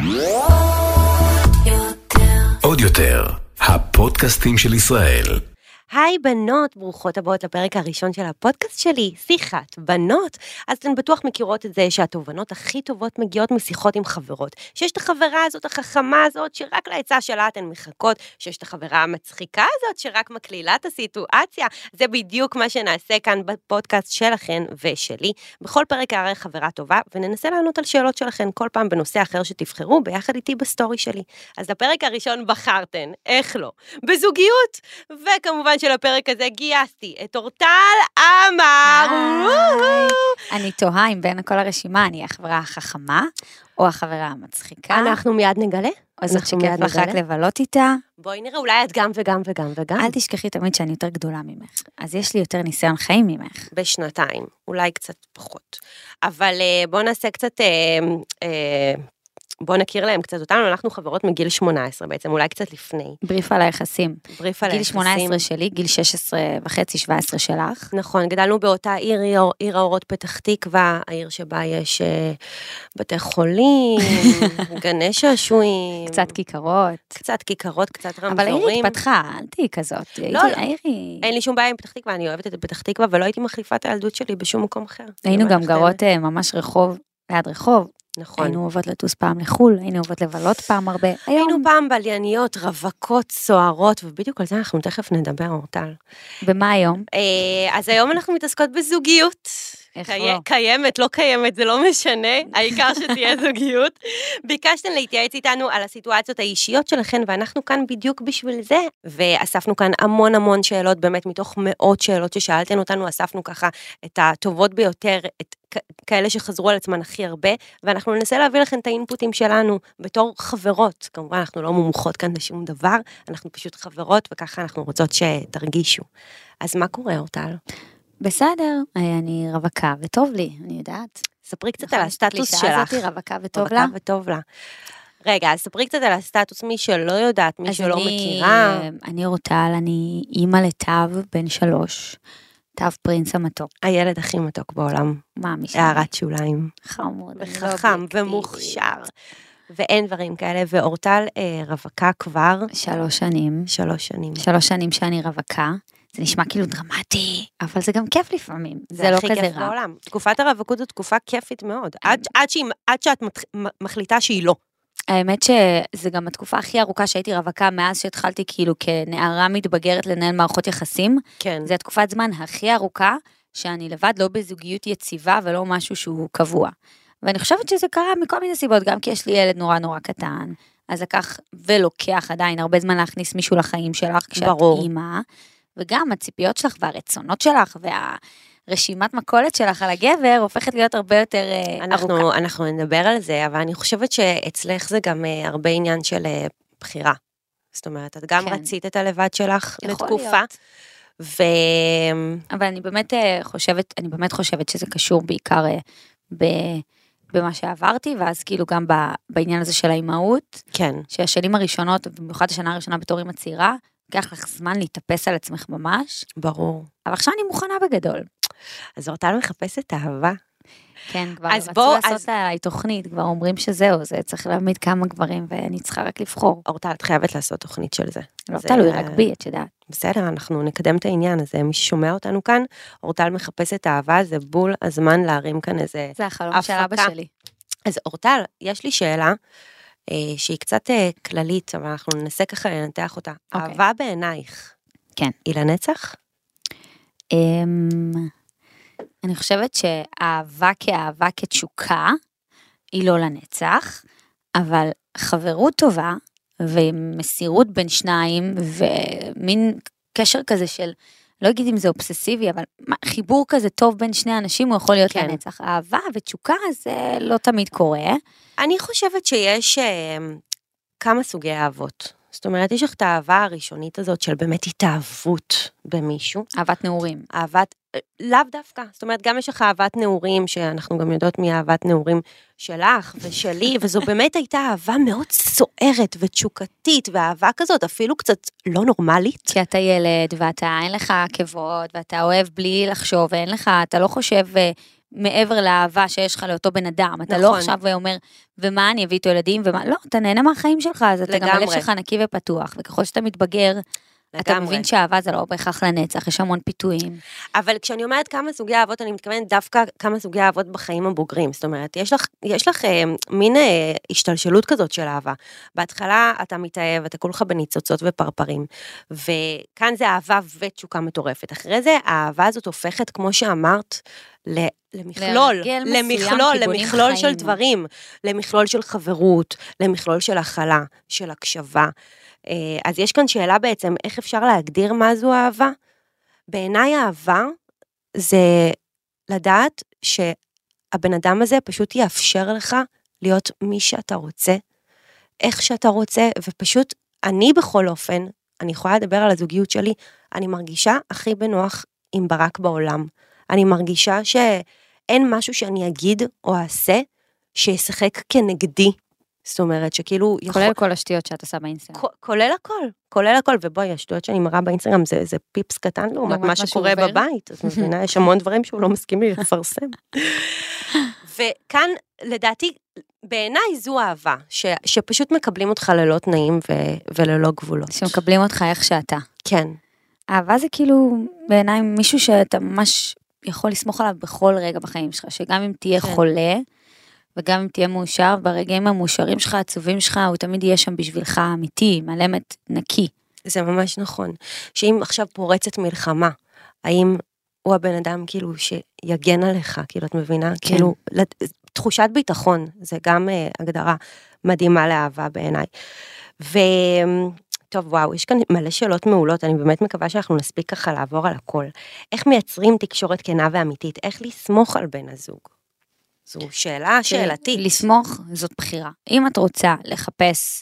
עוד יותר, הפודקאסטים של ישראל. היי בנות, ברוכות הבאות לפרק הראשון של הפודקאסט שלי, שיחת בנות. אז אתן בטוח מכירות את זה שהתובנות הכי טובות מגיעות משיחות עם חברות. שיש את החברה הזאת, החכמה הזאת, שרק לעצה שלה אתן מחכות, שיש את החברה המצחיקה הזאת, שרק מקלילה את הסיטואציה. זה בדיוק מה שנעשה כאן בפודקאסט שלכן ושלי. בכל פרק אערך חברה טובה, וננסה לענות על שאלות שלכן כל פעם בנושא אחר שתבחרו ביחד איתי בסטורי שלי. אז לפרק הראשון בחרתן, איך לא? בזוגיות, וכמובן של הפרק הזה גייסתי את אורטל עמר. אני תוהה אם בין כל הרשימה אני החברה החכמה או החברה המצחיקה. אנחנו מיד נגלה. או זאת שכיף לך רק לבלות איתה. בואי נראה, אולי את גם וגם וגם וגם. אל תשכחי תמיד שאני יותר גדולה ממך. אז יש לי יותר ניסיון חיים ממך. בשנתיים, אולי קצת פחות. אבל בוא נעשה קצת... בוא נכיר להם קצת אותנו, אנחנו חברות מגיל 18 בעצם, אולי קצת לפני. בריף על היחסים. בריף על היחסים. גיל 18 שלי, גיל 16 וחצי, 17 שלך. נכון, גדלנו באותה עיר האורות פתח תקווה, העיר שבה יש בתי חולים, גני שעשועים. קצת כיכרות. קצת רמזורים. אבל העיר התפתחה, אל תהי כזאת. לא, אין לי שום בעיה עם פתח תקווה, אני אוהבת את פתח תקווה, ולא הייתי מחליפה את הילדות שלי בשום מקום אחר. היינו גם גרות ממש רחוב, ליד רחוב. נכון. היינו אוהבות לטוס פעם לחול, היינו אוהבות לבלות פעם הרבה. היינו פעם בלייניות, רווקות, סוערות, ובדיוק על זה אנחנו תכף נדבר, אורטל. ומה היום? אז היום אנחנו מתעסקות בזוגיות. קיימת, לא קיימת, זה לא משנה, העיקר שתהיה זוגיות. ביקשתן להתייעץ איתנו על הסיטואציות האישיות שלכן, ואנחנו כאן בדיוק בשביל זה, ואספנו כאן המון שאלות, באמת מתוך מאות שאלות ששאלתן אותנו, אספנו ככה את הטובות ביותר, את כאלה שחזרו על עצמן הכי הרבה, ואנחנו ננסה להביא לכם את האינפוטים שלנו בתור חברות. כמובן, אנחנו לא מומחות כאן לשום דבר, אנחנו פשוט חברות, וככה אנחנו רוצות שתרגישו. אז מה קורה, אורטל? בסדר, אני רווקה וטוב לי, אני יודעת. ספרי קצת על הסטטוס שלך. קלישה הזאת רווקה וטוב לה. רווקה וטוב לה. רגע, אז ספרי קצת על הסטטוס, מי שלא יודעת, מי שלא מכירה. אני אורטל, אני אימא לתו בן 3, תו פרינס המתוק. הילד הכי מתוק בעולם. מה, משנה? הערת שוליים. חמוד. וחכם ומוכשר. ואין דברים כאלה, ואורטל רווקה כבר. 3 שנים. 3 שנים. 3 שנים שאני רווקה. זה נשמע כאילו דרמטי, אבל זה גם כיף לפעמים. זה לא כזה רע. זה הכי כיף בעולם. תקופת הרווקות זו תקופה כיפית מאוד. עד שאת מחליטה שהיא לא. האמת שזה גם התקופה הכי ארוכה שהייתי רווקה, מאז שהתחלתי כאילו כנערה מתבגרת לנהל מערכות יחסים. כן. זה התקופת זמן הכי ארוכה, שאני לבד לא בזוגיות יציבה ולא משהו שהוא קבוע. ואני חושבת שזה קרה מכל מיני סיבות, גם כי יש לי ילד נורא קטן, אז לקח ולוקח עדיין הרבה זמן להכניס מישהו לחיים שלך כשאת אימא. וגם הציפיות שלך והרצונות שלך והרשימת מכולת שלך על הגבר הופכת להיות הרבה יותר ארוכה. אנחנו נדבר על זה, אבל אני חושבת שאצלך זה גם הרבה עניין של בחירה. זאת אומרת, את גם רצית את הלבד שלך לתקופה. אבל אני באמת חושבת שזה קשור בעיקר במה שעברתי, ואז כאילו גם בעניין הזה של האימהות. כן. שהשנים הראשונות, במיוחד השנה הראשונה בתור אמא צעירה, לקח לך זמן להתאפס על עצמך ממש. ברור. אבל עכשיו אני מוכנה בגדול. אז אורטל מחפשת אהבה. כן, כבר רצו לעשות עליי תוכנית, כבר אומרים שזהו, זה צריך להעמיד כמה גברים, ואני צריכה רק לבחור. אורטל, את חייבת לעשות תוכנית של זה. לא תלוי רק בי, את יודעת. בסדר, אנחנו נקדם את העניין הזה, מי ששומע אותנו כאן, אורטל מחפשת אהבה, זה בול הזמן להרים כאן איזה הפקה. זה החלום של אבא שלי. אז אורטל, יש לי שאלה, שהיא קצת כללית, אבל אנחנו ננסה ככה לנתח אותה. אהבה בעינייך. כן. היא לנצח? אני חושבת שאהבה כאהבה כתשוקה, היא לא לנצח, אבל חברות טובה, ומסירות בין שניים, ומין קשר כזה של, לא אגיד אם זה אובססיבי, אבל חיבור כזה טוב בין שני אנשים, הוא יכול להיות לנצח. אהבה ותשוקה, זה לא תמיד קורה. אני חושבת שיש כמה סוגי אהבות. זאת אומרת, יש לך את האהבה הראשונית הזאת של באמת התאהבות במישהו. אהבת נעורים. לאו דווקא. זאת אומרת, גם יש לך אהבת נעורים, שאנחנו גם יודעות מי אהבת נעורים שלך ושלי, וזו באמת הייתה אהבה מאוד סוערת ותשוקתית, ואהבה כזאת אפילו קצת לא נורמלית. כי אתה ילד, ואתה אין לך עקבות, ואתה אוהב בלי לחשוב, ואין לך, אתה לא חושב מעבר לאהבה שיש לך לאותו בן אדם, אתה לא עכשיו אומר, ומה אני אביא איתו ילדים, ומה, לא, אתה נהנה מהחיים שלך, אז אתה גם הלב שלך נקי ופתוח, וככל שאתה מתבגר, אתה מבין שהאהבה זה לא בהכרח לנצח, יש המון פיתויים. אבל כשאני אומרת כמה סוגי אהבות, אני מתכוונת דווקא כמה סוגי אהבות בחיים הבוגרים. זאת אומרת, יש לך מין השתלשלות כזאת של אהבה. בהתחלה אתה מתאהב, אתה כולך בניצוצות ופרפרים, וכאן זה אהבה ותשוקה מטורפת. אחרי זה האהבה הזאת הופכת, כמו שאמרת, למכלול של דברים, למכלול של חברות, למכלול של הכלה, של הקשבה. אז יש כאן שאלה בעצם, איך אפשר להגדיר מה זו אהבה? בעיניי אהבה זה לדעת שהבן אדם הזה פשוט יאפשר לך להיות מי שאתה רוצה, איך שאתה רוצה, ופשוט אני בכל אופן, אני יכולה לדבר על הזוגיות שלי, אני מרגישה הכי בנוח עם ברק בעולם. אני מרגישה שאין משהו שאני אגיד או אעשה שישחק כנגדי. זאת אומרת שכאילו... כולל כל השטויות שאת עושה באינסטגרם. כולל הכל, ובואי, השטויות שאני מראה באינסטגרם זה פיפס קטן לעומת מה שקורה בבית, אז מבינה, יש המון דברים שהוא לא מסכים לי לפרסם. וכאן, לדעתי, בעיניי זו אהבה, שפשוט מקבלים אותך ללא תנאים וללא גבולות. שמקבלים אותך איך שאתה. כן. אהבה זה כאילו, בעיניי, מישהו שאתה ממש יכול לסמוך עליו בכל רגע בחיים שלך, שגם אם תהיה חולה, וגם אם תהיה מאושר, ברגעים המאושרים שלך, העצובים שלך, הוא תמיד יהיה שם בשבילך אמיתי, מלמת נקי. זה ממש נכון. שאם עכשיו פורצת מלחמה, האם הוא הבן אדם כאילו שיגן עליך, כאילו את מבינה? כן. כאילו, תחושת ביטחון, זה גם הגדרה מדהימה לאהבה בעיניי. טוב, וואו, יש כאן מלא שאלות מעולות, אני באמת מקווה שאנחנו נספיק ככה לעבור על הכל. איך מייצרים תקשורת כנה ואמיתית? איך לסמוך על בן הזוג? זו שאלתית. לסמוך זאת בחירה. אם את רוצה לחפש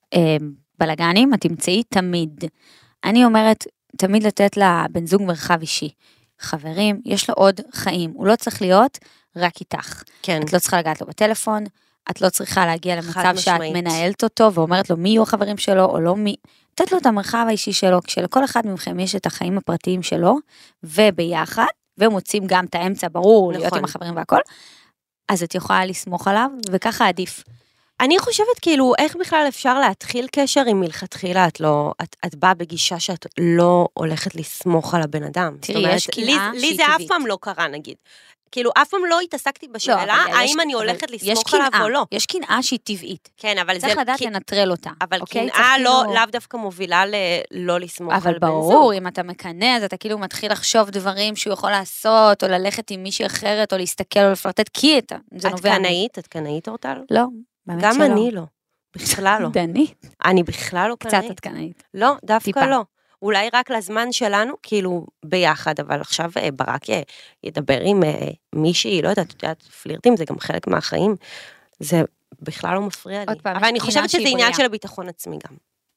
בלגנים, את תמצאי תמיד. אני אומרת, תמיד לתת לבן זוג מרחב אישי. חברים, יש לו עוד חיים. הוא לא צריך להיות רק איתך. כן. את לא צריכה לגעת לו בטלפון, את לא צריכה להגיע למצב שאת מנהלת אותו, ואומרת לו מי יהיו החברים שלו, או לא מי. תת לו את המרחב האישי שלו, כשלכל אחד מכם יש את החיים הפרטיים שלו, וביחד, ומוצאים גם את האמצע ברור, להיות עם החברים והכל, אז את יכולה לסמוך עליו, וככה עדיף. אני חושבת כאילו, איך בכלל אפשר להתחיל קשר אם מלכתחילה את באה בגישה שאת לא הולכת לסמוך על הבן אדם. תראי, יש קנאה שהיא טבעית. לי זה אף פעם לא קרה, נגיד. כאילו, אף פעם לא התעסקתי בשאלה, האם אני הולכת לסמוך עליו או לא. יש קנאה שהיא טבעית. כן, אבל צריך לדעת לנטרל אותה. אבל קנאה לאו דווקא מובילה לא לסמוך על בן זוג. אבל ברור, אם אתה מקנא, אז אתה כאילו מתחיל לחשוב דברים שהוא יכול לעשות, או ללכת עם מישהי אחרת, או להסתכל או לפלרטט, כי זה נובע. את קנאית אורטל? לא, באמת שלא. גם אני לא. בכלל לא. דנית? אני בכלל לא קנאית. קצת את קנאית. לא, דווקא לא. אולי רק לזמן שלנו, כאילו, ביחד, אבל עכשיו ברק ידבר עם מישהי, לא יודעת, פלירטים, זה גם חלק מהחיים, זה בכלל לא מפריע לי. אבל אני חושבת שזה עניין של הביטחון עצמי גם.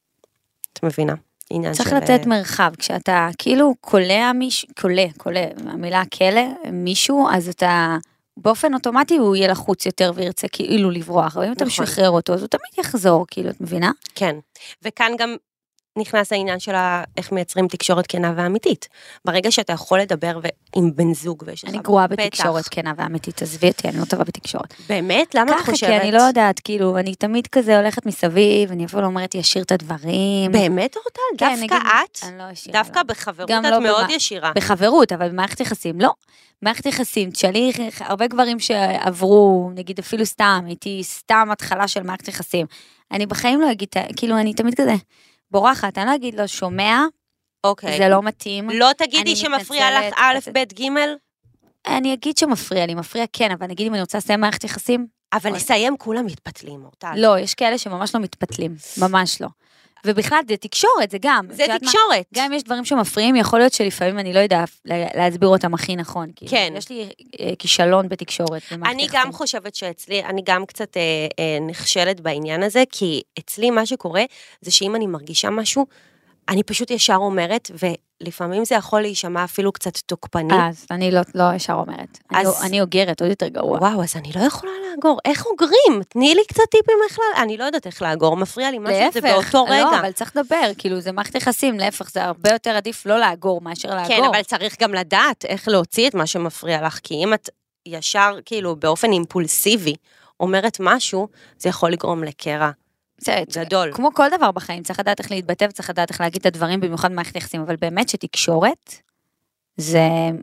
את מבינה? צריך לתת מרחב, כשאתה כאילו קולע מישהו, קולע, המילה כלא, מישהו, אז אתה, באופן אוטומטי הוא יהיה לחוץ יותר וירצה כאילו לברוח, אבל אם אתה משחרר אותו, אז הוא תמיד יחזור, כאילו, את מבינה? כן, וכאן גם נכנס העניין של איך מייצרים תקשורת כנה ואמיתית. ברגע שאתה יכול לדבר עם בן זוג ויש לך אני גרועה בתקשורת כנה ואמיתית, עזבי אותי, אני לא טובה בתקשורת. באמת? למה את חושבת? ככה, כי אני לא יודעת, כאילו, אני תמיד כזה הולכת מסביב, אני אפילו אומרת ישיר את הדברים. באמת, אורטל? דווקא את? אני לא ישירה. דווקא בחברות את מאוד ישירה. בחברות, אבל במערכת יחסים, לא. מערכת יחסים, תשאלי הרבה גברים שעברו, נגיד אפילו סתם, הייתי סתם התחלה של מערכת יחסים. אני בחיים לא אגיד, כאילו, אני תמיד כזה בורחת, אני לא אגיד לו, שומע, זה לא מתאים. לא תגידי שמפריע לך א', ב', ג'? אני אגיד שמפריע לי, מפריע כן, אבל נגיד אם אני רוצה לסיים מערכת יחסים. אבל לסיים כולם מתפתלים, אורטל. לא, יש כאלה שממש לא מתפתלים, ממש לא. ובכלל זה תקשורת, זה גם. זה תקשורת. גם אם יש דברים שמפריעים, יכול להיות שלפעמים אני לא יודע להסביר אותם הכי נכון. כן. יש לי כישלון בתקשורת. אני גם חושבת שאצלי, אני גם קצת נכשלת בעניין הזה, כי אצלי מה שקורה, זה שאם אני מרגישה משהו, אני פשוט ישר אומרת, ולפעמים זה יכול להישמע אפילו קצת תוקפני. אז אני לא ישר אומרת. אני אוגרת, עוד יותר גרוע. וואו, אז אני לא יכולה לאגור. איך אוגרים? תני לי קצת טיפים איך אני לא יודעת איך לאגור, מפריע לי משהו, זה באותו רגע. לא, אבל צריך לדבר, כאילו זה מערכת יחסים, להפך, זה הרבה יותר עדיף לא לאגור מאשר לאגור. כן, אבל צריך גם לדעת איך להוציא את מה שמפריע לך, כי אם את ישר, כאילו, באופן אימפולסיבי, אומרת משהו, זה יכול לגרום לקרע גדול. כמו כל דבר בחיים, צריך לדעת איך להתבטא, וצריך לדעת איך להגיד את הדברים, במיוחד מערכת יחסים, אבל באמת שתקשורת, זה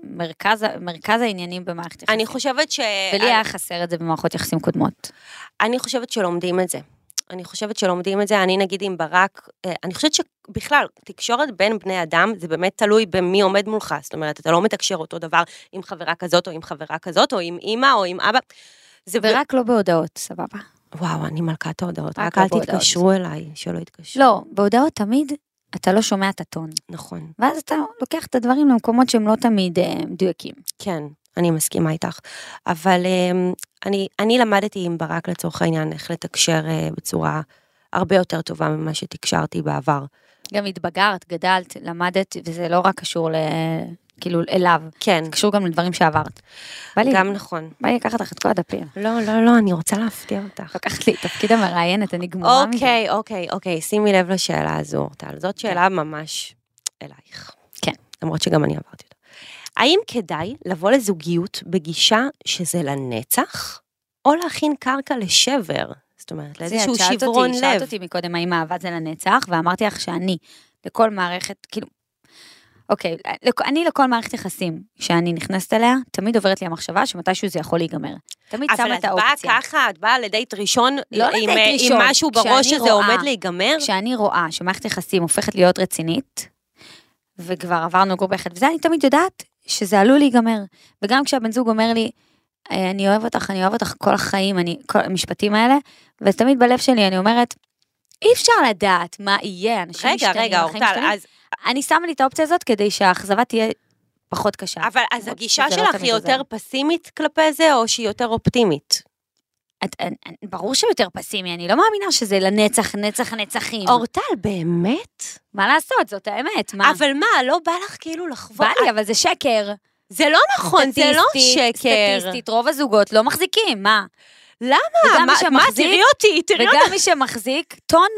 מרכז העניינים במערכת יחסים. אני חושבת ולי היה חסר את זה במערכות יחסים קודמות. אני חושבת שלומדים את זה. אני נגיד עם ברק, אני חושבת שבכלל, תקשורת בין בני אדם, זה באמת תלוי במי עומד מולך, זאת אומרת, אתה לא מתקשר אותו דבר עם חברה כזאת, או עם חברה כזאת, או עם אמא, או עם אבא. ורק לא בהודעות, סבבה. וואו, אני מלכת ההודעות, רק אל תתקשרו אליי, שלא יתקשרו. לא, בהודעות תמיד אתה לא שומע את הטון. נכון. ואז אתה לוקח את הדברים למקומות שהם לא תמיד מדויקים. כן, אני מסכימה איתך. אבל אני למדתי עם ברק לצורך העניין, איך לתקשר בצורה הרבה יותר טובה ממה שתקשרתי בעבר. גם התבגרת, גדלת, למדת, וזה לא רק קשור כאילו אליו. כן. זה קשור גם לדברים שעברת. גם נכון. בא לי לקחת לך את כל הדפים. לא, אני רוצה להפתיע אותך. לקחת לי תפקיד המראיינת, אני גמורה מזה. אוקיי, שימי לב לשאלה הזו, טל. זאת שאלה ממש אלייך. כן. למרות שגם אני עברתי אותה. האם כדאי לבוא לזוגיות בגישה שזה לנצח, או להכין קרקע לשבר? זאת אומרת, לאיזשהו שברון לב. שאלת אותי מקודם, האם אהבה זה לנצח, ואמרתי לך שאני, לכל מערכת, כאילו, אוקיי, אני לכל מערכת יחסים שאני נכנסת אליה, תמיד עוברת לי המחשבה שמתישהו זה יכול להיגמר. תמיד שמה את האופציה. אבל את באה ככה, את באה לדייט ראשון, עם משהו בראש שזה עומד להיגמר? כשאני רואה שמערכת יחסים הופכת להיות רצינית, וכבר עברנו גור ביחד, וזה אני תמיד יודעת שזה עלול להיגמר. וגם כשהבן זוג אומר לי, אני אוהב אותך כל החיים, כל המשפטים האלה, ותמיד בלב שלי אני אומרת, אי אפשר לדעת מה יהיה, אנשים משתנים. רגע, אורטל, אז אני שמה לי את האופציה הזאת כדי שהאכזבה תהיה פחות קשה. אבל אז הגישה שלך היא יותר פסימית כלפי זה, או שהיא יותר אופטימית? ברור שיותר פסימי, אני לא מאמינה שזה לנצח, נצחים. אורטל, באמת? מה לעשות, זאת האמת, מה? אבל מה, לא בא לך כאילו לחוות? בא לי, אבל זה שקר. זה לא נכון, זה לא שקר. סטטיסטית, רוב הזוגות לא מחזיקים, מה? למה? מה, תראי אותי. וגם מי שמחזיק,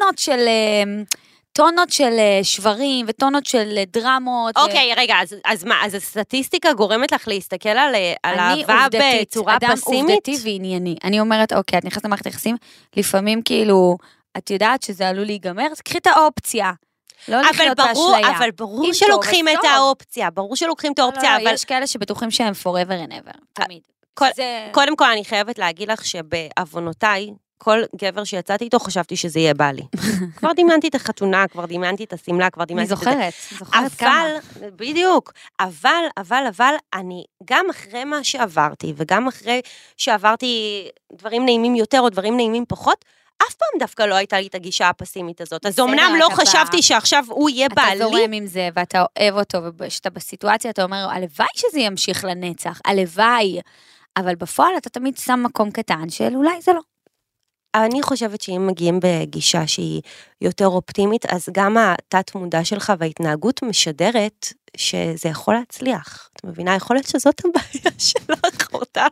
טונות של שברים וטונות של דרמות. אוקיי, רגע, אז מה, אז הסטטיסטיקה גורמת לך להסתכל על אהבה בצורה פסימית? אדם עובדתי וענייני. אני אומרת, אוקיי, את נכנסת למערכת יחסים, לפעמים כאילו, את יודעת שזה עלול להיגמר, אז קחי את האופציה. לא לחיות באשליה. אבל ברור שלוקחים את האופציה, אבל יש כאלה שבטוחים שהם forever and ever, תמיד. קודם כל, אני חייבת להגיד לך שבעוונותיי, כל גבר שיצאתי איתו, חשבתי שזה יהיה בעלי. כבר דמיינתי את החתונה, כבר דמיינתי את הסמלה, כבר דמיינתי את זה. אני זוכרת כמה. בדיוק, אבל, אני גם אחרי מה שעברתי, וגם אחרי שעברתי דברים נעימים יותר, או דברים נעימים פחות, אף פעם דווקא לא הייתה לי את הגישה הפסימית הזאת. אז אמנם לא חשבתי שעכשיו הוא יהיה בעלי. אתה זורם עם זה, ואתה אוהב אותו, וכשאתה בסיטואציה, אתה אומר, הלוואי שזה ימשיך לנצח, הלוואי. אבל בפועל אתה תמיד שם מקום קטן של אולי זה לא. אני חושבת שאם מגיעים בגישה שהיא יותר אופטימית, אז גם התת מודע שלך וההתנהגות משדרת שזה יכול להצליח. את מבינה? יכול להיות שזאת הבעיה שלך, אורטל.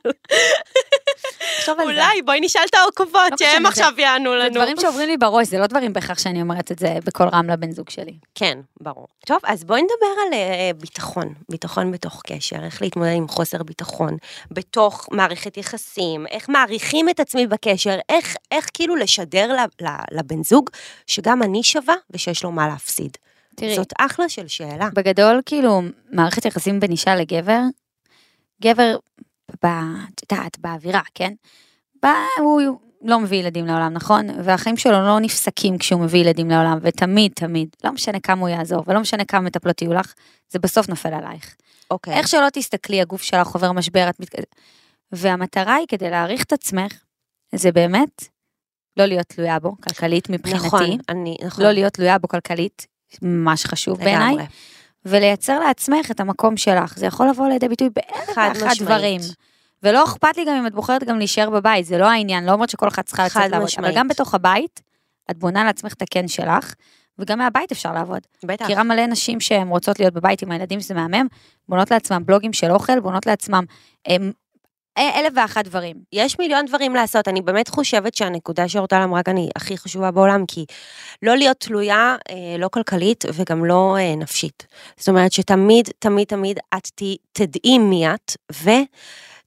אולי, בואי נשאל את העוקבות, שהם עכשיו יענו לנו. זה דברים שעוברים לי בראש, זה לא דברים בכך שאני אומרת את זה בכל רם לבן זוג שלי. כן, ברור. טוב, אז בואי נדבר על ביטחון בתוך קשר, איך להתמודד עם חוסר ביטחון, בתוך מערכת יחסים, איך מעריכים את עצמי בקשר, איך כאילו לשדר לבן זוג, שגם אני שווה ושיש לו מה להפסיד. זאת אחלה של שאלה. בגדול, כאילו, מערכת יחסים בין אישה לגבר, גבר, באווירה, כן? הוא לא מביא ילדים לעולם, נכון? והחיים שלו לא נפסקים כשהוא מביא ילדים לעולם, ותמיד, לא משנה כמה הוא יעזור, ולא משנה כמה מטפלות יהיו לך, זה בסוף נופל עלייך. אוקיי. איך שלא תסתכלי, הגוף שלך עובר משבר, והמטרה היא כדי להעריך את עצמך, זה באמת לא להיות תלויה בו, כלכלית מבחינתי. נכון. לא להיות תלויה בו כלכלית, ממש חשוב בעיניי. ולייצר לעצמך את המקום שלך. זה יכול לבוא לידי ביטוי באלף ואחת דברים. ולא אכפת לי גם אם את בוחרת גם להישאר בבית, זה לא העניין, לא אומרת שכל אחד צריכה לצאת לעבוד. אבל גם בתוך הבית, את בונה לעצמך את הכן שלך, וגם מהבית אפשר לעבוד. בטח. מכירה מלא נשים שהן רוצות להיות בבית עם הילדים שזה מהמם, בונות לעצמם בלוגים של אוכל, בונות לעצמם אלף ואחת דברים. יש מיליון דברים לעשות, אני באמת חושבת שהנקודה שאורטל אמרה כאן היא הכי חשובה בעולם, כי לא להיות תלויה, לא כלכלית וגם לא נפשית. זאת אומרת שתמיד את תדעי מי את,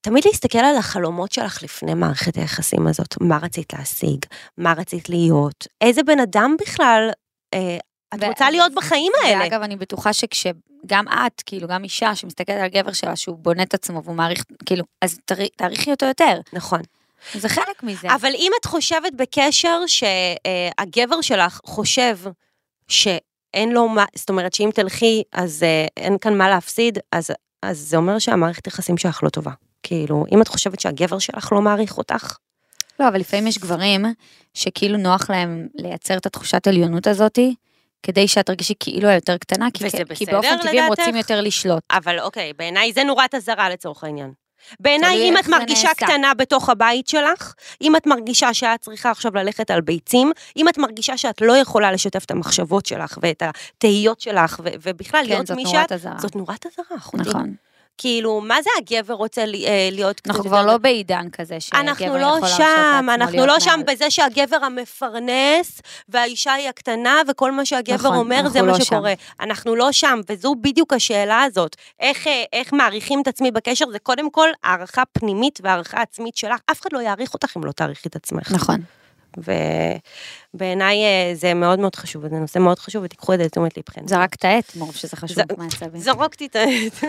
תמיד להסתכל על החלומות שלך לפני מערכת היחסים הזאת, מה רצית להשיג, מה רצית להיות, איזה בן אדם בכלל את רוצה להיות בחיים האלה. ואגב, אני בטוחה שכשגם את, כאילו, גם אישה שמסתכלת על גבר שלה, שהוא בונה את עצמו והוא מעריך, כאילו, אז תעריכי אותו יותר. נכון. זה חלק מזה. אבל אם את חושבת בקשר שהגבר שלך חושב שאין לו מה, זאת אומרת שאם תלכי, אז אין כאן מה להפסיד, אז זה אומר שהמערכת יחסים שלך לא טובה. כאילו, אם את חושבת שהגבר שלך לא מעריך אותך, לא, אבל לפעמים יש גברים שכאילו נוח להם לייצר את התחושת עליונות הזאת, כדי שאת תרגישי כאילו היותר קטנה, כי באופן טבעי הם רוצים יותר לשלוט. אבל אוקיי, בעיניי זה נורת הזרה לצורך העניין. בעיניי אם את מרגישה קטנה בתוך הבית שלך, אם את מרגישה שאת צריכה עכשיו ללכת על ביצים, אם את מרגישה שאת לא יכולה לשתף את המחשבות שלך ואת התהיות שלך, ובכלל להיות מי שאת, זאת נורת הזרה, אחותי. נכון. כאילו, מה זה הגבר רוצה להיות קצת? אנחנו כבר לא בעידן כזה אנחנו לא שם, אנחנו לא שם בזה שהגבר המפרנס, והאישה היא הקטנה, וכל מה שהגבר אומר זה מה שקורה. אנחנו לא שם, וזו בדיוק השאלה הזאת. איך מעריכים את עצמי בקשר? זה קודם כל הערכה פנימית והערכה עצמית שלך. אף אחד לא יעריך אותך אם לא תעריכי את עצמך. נכון. ובעיניי זה מאוד מאוד חשוב, זה נושא מאוד חשוב, ותיקחו את זה לתשומת לבכם. זרק את העט, מרוב שזה חשוב מעצבים. זרקתי את העט.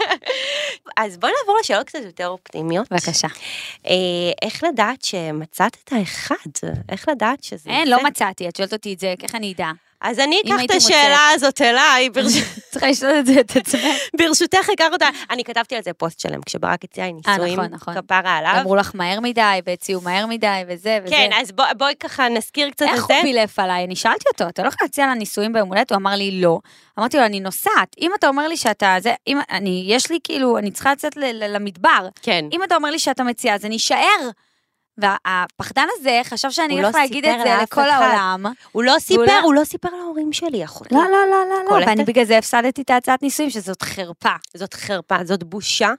אז בואי נעבור לשאלות קצת יותר אופטימיות. בבקשה. איך לדעת שמצאת את האחד? איך לדעת שזה... אין, לא מצאתי, את שואלת אותי את זה, איך אני אדע? אז אני אקח את השאלה הזאת אליי, צריכה לשאול את זה את עצמך. ברשותך אקח אותה, אני כתבתי על זה פוסט שלם, כשברק הציע נישואים, כפרה עליו. אמרו לך מהר מדי, והציעו מהר מדי, וזה וזה. כן, אז בואי ככה נזכיר קצת את זה. איך הוא פילף עליי? אני שאלתי אותו, אתה לא יכול להציע לנישואים ביום הולדת? הוא אמר לי לא. אמרתי לו, אני נוסעת, אם אתה אומר לי שאתה, יש לי כאילו, אני צריכה לצאת למדבר. כן. אם אתה אומר לי שאתה מציע, אז אני אשאר. והפחדן הזה חשב שאני הולך להגיד את זה לכל העולם. הוא לא סיפר להורים שלי, אחותי. לא, ואני בגלל זה הפסדתי את ההצעת נישואים, שזאת חרפה. זאת חרפה, זאת בושה.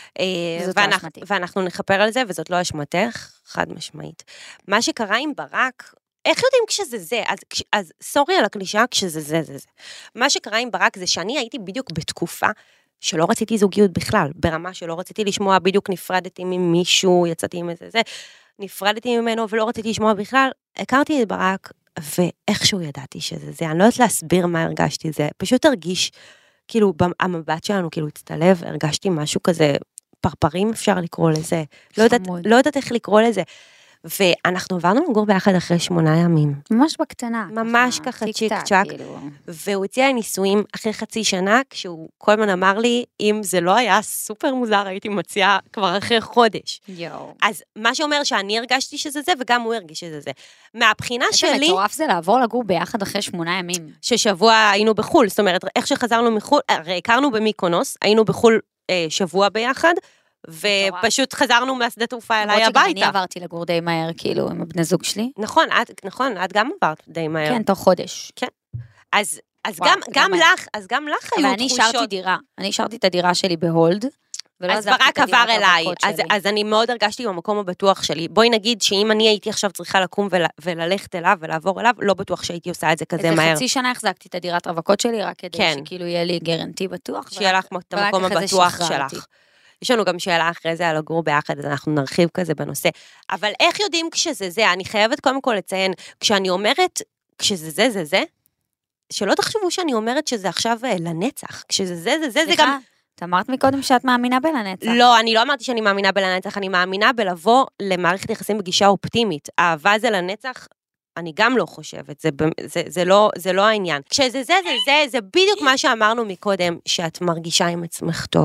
ואנחנו נחפר על זה, וזאת לא אשמתך, חד משמעית. מה שקרה עם ברק, איך יודעים כשזה זה? אז סורי על הקלישה, כשזה זה. מה שקרה עם ברק זה שאני הייתי בדיוק בתקופה, שלא רציתי זוגיות בכלל, ברמה שלא רציתי לשמוע, בדיוק נפרדתי ממישהו, יצאתי עם איזה זה, נפרדתי ממנו ולא רציתי לשמוע בכלל, הכרתי את ברק, ואיכשהו ידעתי שזה זה, אני לא יודעת להסביר מה הרגשתי, זה פשוט הרגיש, כאילו, המבט שלנו כאילו הצטלב, הרגשתי משהו כזה, פרפרים אפשר לקרוא לזה, לא יודעת איך לקרוא לזה, ואנחנו עברנו לגור ביחד אחרי 8 ימים. ממש בקטנה. ממש ככה צ'יק צ'ק. והוא הציע לי נישואים אחרי חצי שנה, כשהוא כל הזמן אמר לי, אם זה לא היה סופר מוזר, הייתי מציעה כבר אחרי חודש. אז מה שאומר שאני הרגשתי שזה זה, וגם הוא הרגיש שזה זה. מהבחינה שלי... איזה מטורף זה לעבור לגור ביחד אחרי 8 ימים. ששבוע היינו בחול, זאת אומרת, איך שחזרנו מחול, הרי הכרנו במיקונוס, היינו בחול שבוע ביחד, ופשוט חזרנו מהשדה תעופה אליי הביתה. למרות שגם אני עברתי לגור די מהר, כאילו, עם הבני זוג שלי. נכון, את גם עברת די מהר. כן, תוך חודש. כן. אז גם לך היו תחושות. אני השארתי את הדירה שלי בהולד, אז ברק עבר אליי, אז אני מאוד הרגשתי במקום הבטוח שלי. בואי נגיד שאם אני הייתי עכשיו צריכה לקום וללכת אליו ולעבור אליו, לא בטוח שהייתי עושה את זה כזה מהר. איזה חצי שנה החזקתי את הדירת רווקות שלי, רק כדי שכאילו יהיה לי גרנטי בטוח. שיהיה לך את המקום הבטוח שלך. יש לנו גם שאלה אחרי זה על לגור ביחד, אז אנחנו נרחיב כזה בנושא. אבל איך יודעים כשזה זה? אני חייבת קודם כל לציין, כשאני אומרת, כשזה זה, שלא תחשבו שאני אומרת שזה עכשיו לנצח. כשזה זה גם... את אמרת מקודם שאת מאמינה בלנצח. לא, אני לא אמרתי שאני מאמינה בלנצח, אני מאמינה בלבוא למערכת יחסים בגישה אופטימית. אהבה זה לנצח, אני גם לא חושבת, זה לא העניין. כשזה זה בדיוק מה שאמרנו מקודם, שאת מרגישה עם עצמך טוב.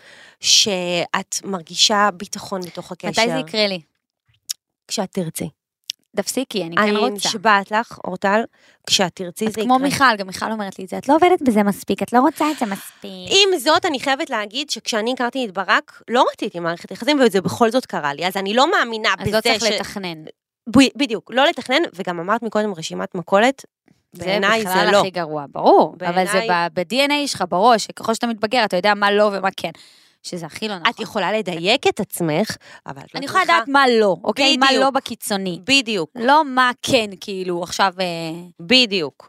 שאת מרגישה ביטחון בתוך הקשר. מתי זה יקרה לי? כשאת תרצי. תפסיקי, אני כן רוצה. אני נשבעת לך, אורטל, כשאת תרצי זה יקרה. כמו מיכל, גם מיכל אומרת לי את זה, את לא עובדת בזה מספיק, את לא רוצה את זה מספיק. עם זאת, אני חייבת להגיד שכשאני הכרתי את ברק, לא רציתי מערכת יחסים, וזה בכל זאת קרה לי, אז אני לא מאמינה בזה אז לא צריך לתכנן. בדיוק, לא לתכנן, וגם אמרת מקודם רשימת מכולת, בעיניי זה לא. זה בכלל הכי גרוע, ברור, אבל זה ב-DNA שלך בראש, שככל שאתה מתבגר, אתה יודע מה לא ומה כן. שזה הכי לא נכון. את יכולה לדייק את עצמך, אבל את לא אני יכולה לדעת מה לא, אוקיי? מה לא בקיצוני. בדיוק. לא מה כן, כאילו, עכשיו... בדיוק.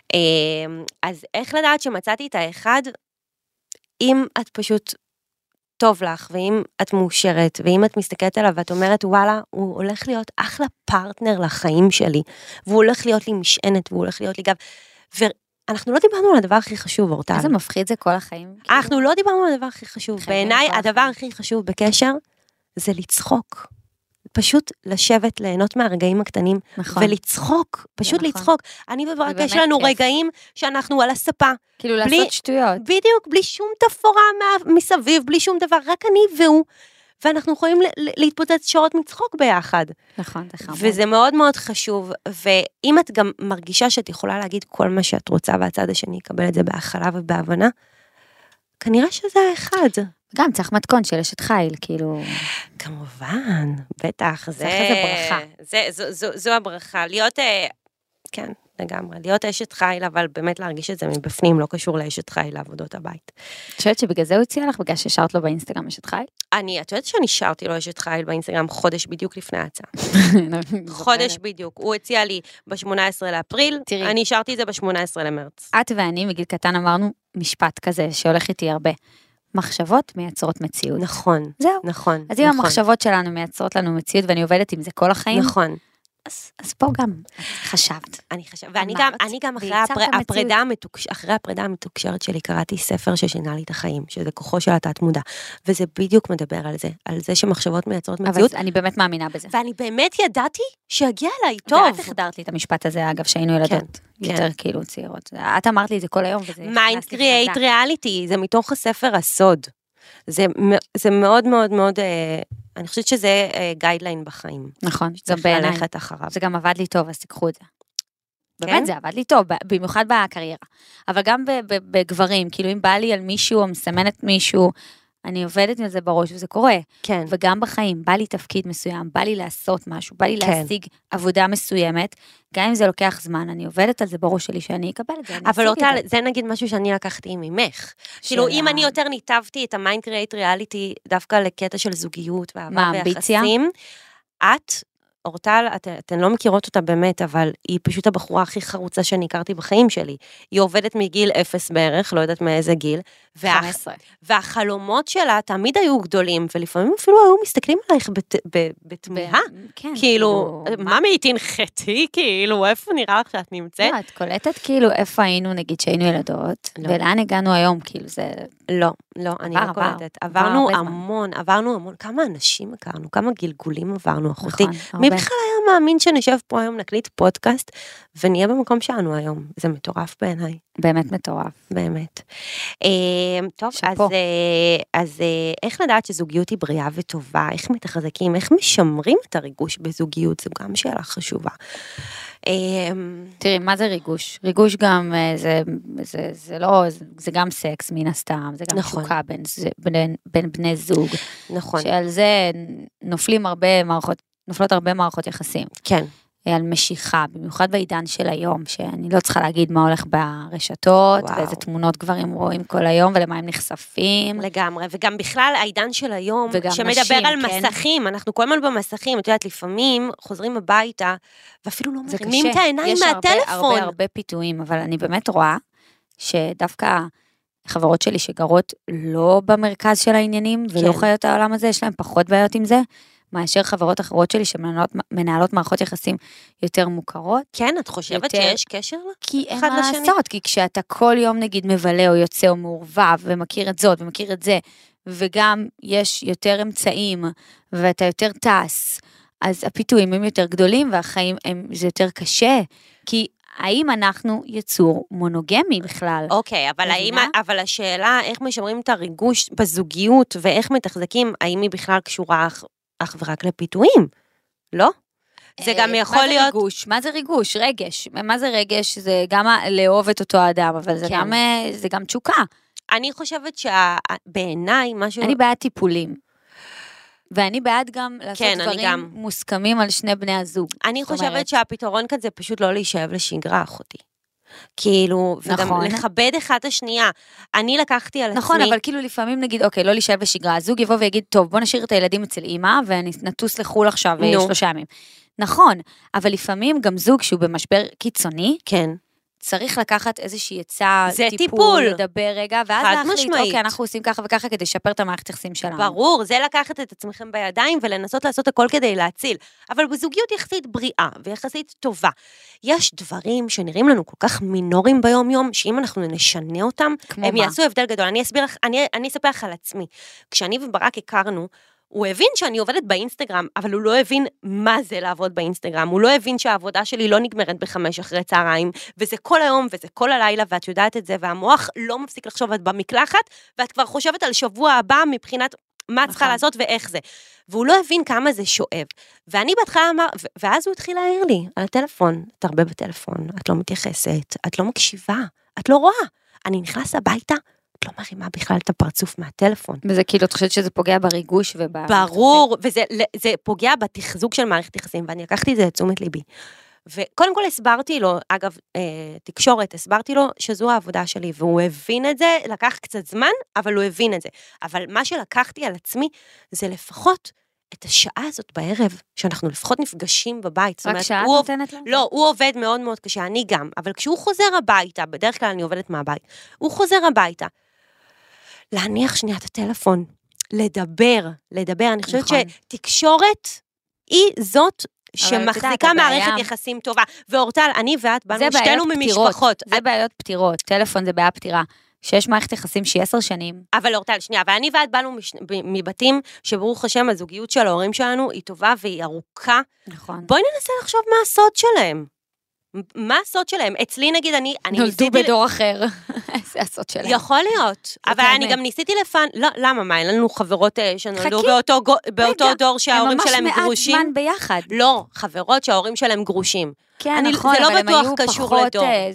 אז איך לדעת שמצאתי את האחד, אם את פשוט טוב לך, ואם את מאושרת, ואם את מסתכלת עליו, ואת אומרת, וואלה, הוא הולך להיות אחלה פרטנר לחיים שלי, והוא הולך להיות לי משענת, והוא הולך להיות לי גב, ואנחנו לא דיברנו על הדבר הכי חשוב, אורטל. איזה מפחיד זה כל החיים. אנחנו לא דיברנו על הדבר הכי חשוב. בעיניי, הדבר הכי חשוב בקשר, זה לצחוק. פשוט לשבת, ליהנות מהרגעים הקטנים, ולצחוק, פשוט לצחוק. אני וברק, יש לנו רגעים שאנחנו על הספה. כאילו לעשות שטויות. בדיוק, בלי שום תפורה מסביב, בלי שום דבר, רק אני והוא, ואנחנו יכולים להתפוצץ שעות מצחוק ביחד. נכון, זה חמוד. וזה מאוד מאוד חשוב, ואם את גם מרגישה שאת יכולה להגיד כל מה שאת רוצה, והצד השני יקבל את זה בהכלה ובהבנה, כנראה שזה האחד. גם צריך מתכון של אשת חיל, כאילו... כמובן, בטח, זה ברכה. זו הברכה, להיות, כן, לגמרי, להיות אשת חיל, אבל באמת להרגיש את זה מבפנים, לא קשור לאשת חיל לעבודות הבית. את חושבת שבגלל זה הוא הציע לך, בגלל ששרת לו באינסטגרם אשת חיל? את יודעת שאני שרתי לו אשת חיל באינסטגרם חודש בדיוק לפני ההצעה. חודש בדיוק, הוא הציע לי ב-18 לאפריל, אני שרתי את זה ב-18 למרץ. את ואני מגיל קטן אמרנו משפט כזה שהולך איתי הרבה. מחשבות מייצרות מציאות. נכון. זהו. נכון. אז אם המחשבות שלנו מייצרות לנו מציאות, ואני עובדת עם זה כל החיים. נכון. אז פה גם חשבת. ואני גם אחרי הפרידה המתוקשרת שלי, קראתי ספר ששינה לי את החיים, שזה כוחו של התת מודע, וזה בדיוק מדבר על זה שמחשבות מייצרות מציאות. אבל אני באמת מאמינה בזה. ואני באמת ידעתי שיגיע אליי טוב. ואת החדרת לי את המשפט הזה, אגב, שהיינו ילדות. יותר כאילו צעירות. את אמרת לי את זה כל היום, וזה... Mind Create Reality, זה מתוך הספר הסוד. זה מאוד מאוד מאוד... אני חושבת שזה גיידליין בחיים. נכון, גם בעיניי. זה גם עבד לי טוב, אז תיקחו את זה. באמת זה עבד לי טוב, במיוחד בקריירה. אבל גם בגברים, כאילו אם בא לי על מישהו, או מסמנת מישהו, אני עובדת עם זה בראש, וזה קורה. כן. וגם בחיים, בא לי תפקיד מסוים, בא לי לעשות משהו, בא לי להשיג עבודה מסוימת, גם אם זה לוקח זמן, אני עובדת על זה בראש שלי, שאני אקבל את זה, אני אבל אותה, זה נגיד משהו שאני לקחתי ממך. כאילו, אם אני יותר ניתבתי את ה-Mind Create Reality, דווקא לקטע של זוגיות, ואהבה ויחסים, את... אורטל, אתן לא מכירות אותה באמת, אבל היא פשוט הבחורה הכי חרוצה שאני הכרתי בחיים שלי. היא עובדת מגיל 0 בערך, לא יודעת מאיזה גיל. 15. והחלומות שלה תמיד היו גדולים, ולפעמים אפילו היו מסתכלים עלייך בתמיהה. כן. כאילו, מה תנחתי? כאילו, איפה נראה לך שאת נמצאת? לא, את קולטת כאילו איפה היינו, נגיד שהיינו ילדות, ולאן הגענו היום, כאילו זה... לא, אני לא קולטת. עברנו המון, כמה אנשים הכרנו, כמה גלגולים עברנו, אחותי. מי בכלל היה מאמין שנשב פה היום, נקליט פודקאסט, ונהיה במקום שלנו היום. זה מטורף בעיניי. באמת מטורף. באמת. טוב, אז איך לדעת שזוגיות היא בריאה וטובה? איך מתחזקים? איך משמרים את הריגוש בזוגיות? זו גם שאלה חשובה. תראי, מה זה ריגוש? ריגוש גם, זה לא, זה גם סקס מן הסתם, זה גם תשוקה בין בני זוג. נכון. שעל זה נופלות הרבה מערכות יחסים. כן. על משיכה, במיוחד בעידן של היום, שאני לא צריכה להגיד מה הולך ברשתות, ואיזה תמונות גברים רואים כל היום, ולמה הם נחשפים. לגמרי, וגם בכלל העידן של היום, שמדבר על מסכים, אנחנו כל הזמן במסכים, את יודעת, לפעמים חוזרים הביתה, ואפילו לא מרימים את העיניים מהטלפון. יש הרבה פיתויים, אבל אני באמת רואה, שדווקא חברות שלי שגרות לא במרכז של העניינים, ולא חיות העולם הזה, יש להם פחות בעיות עם זה, מאשר חברות אחרות שלי שמנהלות מערכות יחסים יותר מוכרות. כן, את חושבת שיש קשר? כי אין מה לעשות, כי כשאתה כל יום נגיד מבלה או יוצא או מעורבב ומכיר את זאת ומכיר את זה, וגם יש יותר אמצעים ואתה יותר טס, אז הפיתויים הם יותר גדולים והחיים זה יותר קשה, כי האם אנחנו יצור מונוגמי בכלל? אוקיי, אבל השאלה איך משמרים את הריגוש בזוגיות ואיך מתחזקים, האם היא בכלל קשורה אך ורק לפיתויים, לא? זה גם יכול להיות... מה זה ריגוש? רגש. מה זה רגש? זה גם לאהוב את אותו האדם, אבל זה גם תשוקה. אני חושבת שבעיניי משהו... אני בעד טיפולים. ואני בעד גם לעשות דברים מוסכמים על שני בני הזוג. אני חושבת שהפתרון כאן זה פשוט לא להישאב לשגרה, אחותי. כאילו, וגם לכבד אחד השנייה. אני לקחתי על עצמי... נכון, אבל כאילו לפעמים נגיד, אוקיי, לא להישאב בשגרה, הזוג יבוא ויגיד, טוב, בוא נשאיר את הילדים אצל אמא, ונטוס לחול עכשיו 3 ימים. נכון, אבל לפעמים גם זוג שהוא במשבר קיצוני, כן. צריך לקחת איזושהי עצה, זה טיפול, טיפול. לדבר רגע, ואז חד להחליט, משמעית. אוקיי, אנחנו עושים ככה וככה כדי לשפר את המערכת יחסים שלנו. ברור, זה לקחת את עצמכם בידיים ולנסות לעשות הכל כדי להציל. אבל בזוגיות יחסית בריאה ויחסית טובה. יש דברים שנראים לנו כל כך מינוריים ביום-יום, שאם אנחנו נשנה אותם, הם יעשו הבדל גדול. אני אספר לך על עצמי. כשאני וברק הכרנו, הוא הבין שאני עובדת באינסטגרם, אבל הוא לא הבין מה זה לעבוד באינסטגרם, הוא לא הבין שהעבודה שלי לא נגמרת ב5 אחרי צהריים, וזה כל היום וזה כל הלילה, ואת יודעת את זה, והמוח לא מפסיק לחשוב, את במקלחת, ואת כבר חושבת על שבוע הבא מבחינת מה צריכה לעשות ואיך זה. והוא לא הבין כמה זה שואב. ואני בהתחלה אמר, ואז הוא התחיל להעיר לי על הטלפון, את הרבה בטלפון, את לא מתייחסת, את לא מקשיבה, את לא רואה. אני נכנס הביתה, את לא מרימה בכלל את הפרצוף מהטלפון. וזה כאילו, את חושבת שזה פוגע בריגוש ברור, וזה פוגע בתחזוק של מערכת יחסים, ואני לקחתי את זה לתשומת ליבי. וקודם כל הסברתי לו, אגב, תקשורת, הסברתי לו שזו העבודה שלי, והוא הבין את זה, לקח קצת זמן, אבל הוא הבין את זה. אבל מה שלקחתי על עצמי, זה לפחות את השעה הזאת בערב, שאנחנו לפחות נפגשים בבית. רק שעה נותנת לו? לא, הוא עובד מאוד מאוד קשה, אני גם, אבל כשהוא חוזר הביתה, בדרך כלל אני עובדת מהבית, הוא חוזר הביתה, להניח שנייה את הטלפון, לדבר, אני חושבת שתקשורת היא זאת שמחזיקה מערכת יחסים טובה, ואורטל, אני ואת באנו שתינו ממשפחות. זה בעיות פתירות, טלפון זה בעיה פתירה, שיש מערכת יחסים שהיא 10 שנים. אבל אורטל, שנייה, ואני ואת באנו מבתים שברוך השם, הזוגיות של ההורים שלנו היא טובה והיא ארוכה. נכון. בואי ננסה לחשוב מה הסוד שלהם. מה הסוד שלהם? אצלי נגיד, אני נולדו בדור אחר. זה הסוד שלהם. יכול להיות. אבל אני גם ניסיתי לא, למה? מה? אין לנו חברות שנולדו באותו דור שההורים שלהם גרושים? הם ממש מעט זמן ביחד. לא, חברות שההורים שלהם גרושים. כן, נכון, אבל הם היו פחות,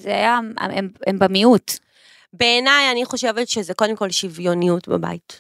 הם במיעוט. בעיניי אני חושבת שזה קודם כל שוויוניות בבית.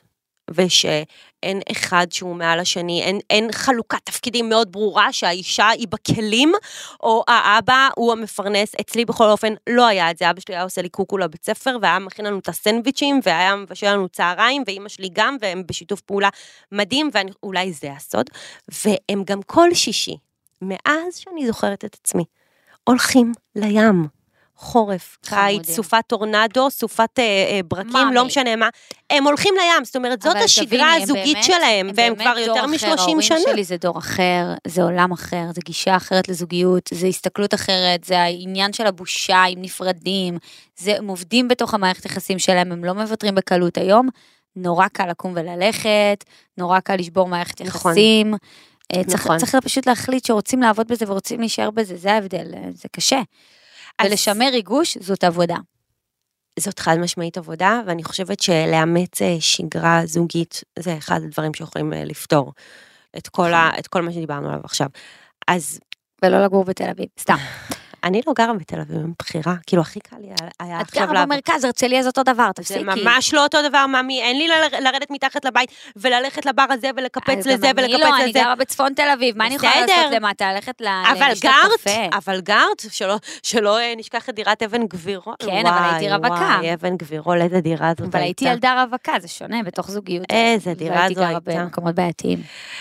ושאין אחד שהוא מעל השני, אין חלוקת תפקידים מאוד ברורה שהאישה היא בכלים, או האבא הוא המפרנס. אצלי בכל אופן לא היה את זה, אבא שלי היה עושה לי קוקו לבית ספר, והיה מכין לנו את הסנדוויצ'ים, והיה מבשל לנו צהריים, ואמא שלי גם, והם בשיתוף פעולה מדהים, ואולי זה הסוד, והם גם כל שישי, מאז שאני זוכרת את עצמי, הולכים לים. חורף, קיץ, סופת טורנדו, סופת ברקים, לא משנה מה, הם הולכים לים, זאת אומרת, זאת השגרה הזוגית שלהם, והם כבר יותר מ-30 שנה. ההורים שלי זה דור אחר, זה עולם אחר, זה גישה אחרת לזוגיות, זה הסתכלות אחרת, זה העניין של הבושה, הם נפרדים, הם עובדים בתוך המערכת יחסים שלהם, הם לא מוותרים בקלות היום, נורא קל לקום וללכת, נורא קל לשבור מערכת יחסים, צריך פשוט להחליט שרוצים לעבוד בזה ורוצים להישאר בזה, זה ההבדל, זה קשה. ולשמר ריגוש, זאת עבודה. זאת חד משמעית עבודה, ואני חושבת שלאמץ שגרה זוגית, זה אחד הדברים שיכולים לפתור את כל מה שדיברנו עליו עכשיו. אז... ולא לגור בתל אביב, סתם. אני לא גרה בתל אביב, מבחירה, כאילו הכי קל לי היה עכשיו... את גרה במרכז, הרצליה זה אותו דבר, תפסיקי. זה ממש לא אותו דבר, ממי, אין לי לרדת מתחת לבית, וללכת לבר הזה, ולקפץ לזה, ולקפץ לזה. אני גרה בצפון תל אביב, מה אני יכולה לעשות למטה? ללכת לשתות קפה. אבל גרת, שלא נשכח את דירת אבן גבירו. כן, אבל הייתי רווקה. וואי, אבן גבירו, איזה דירה הזאת הייתה. אבל הייתי ילדה רווקה, זה שונה, בתוך זוגיות. איזה דירה זו הייתה. במקומות בעייתיים.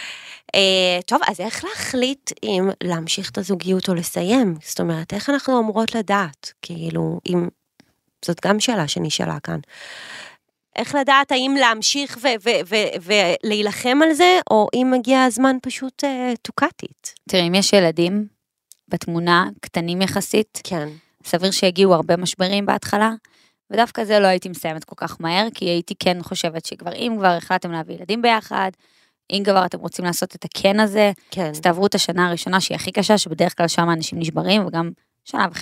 טוב, אז איך להחליט אם להמשיך את הזוגיות או לסיים? זאת אומרת, איך אנחנו אמורות לדעת? כאילו, אם... זאת גם שאלה שנשאלה כאן. איך לדעת האם להמשיך ולהילחם על זה, או אם מגיע הזמן פשוט תוקתית? תראי, אם יש ילדים בתמונה, קטנים יחסית, כן. סביר שהגיעו הרבה משברים בהתחלה, ודווקא זה לא הייתי מסיימת כל כך מהר, כי הייתי כן חושבת שכבר, אם כבר החלטתם להביא ילדים ביחד, אם כבר אתם רוצים לעשות את הכן הזה, כן. אז תעברו את השנה הראשונה שהיא הכי קשה, שבדרך כלל שם אנשים נשברים, וגם 1.5 שנה,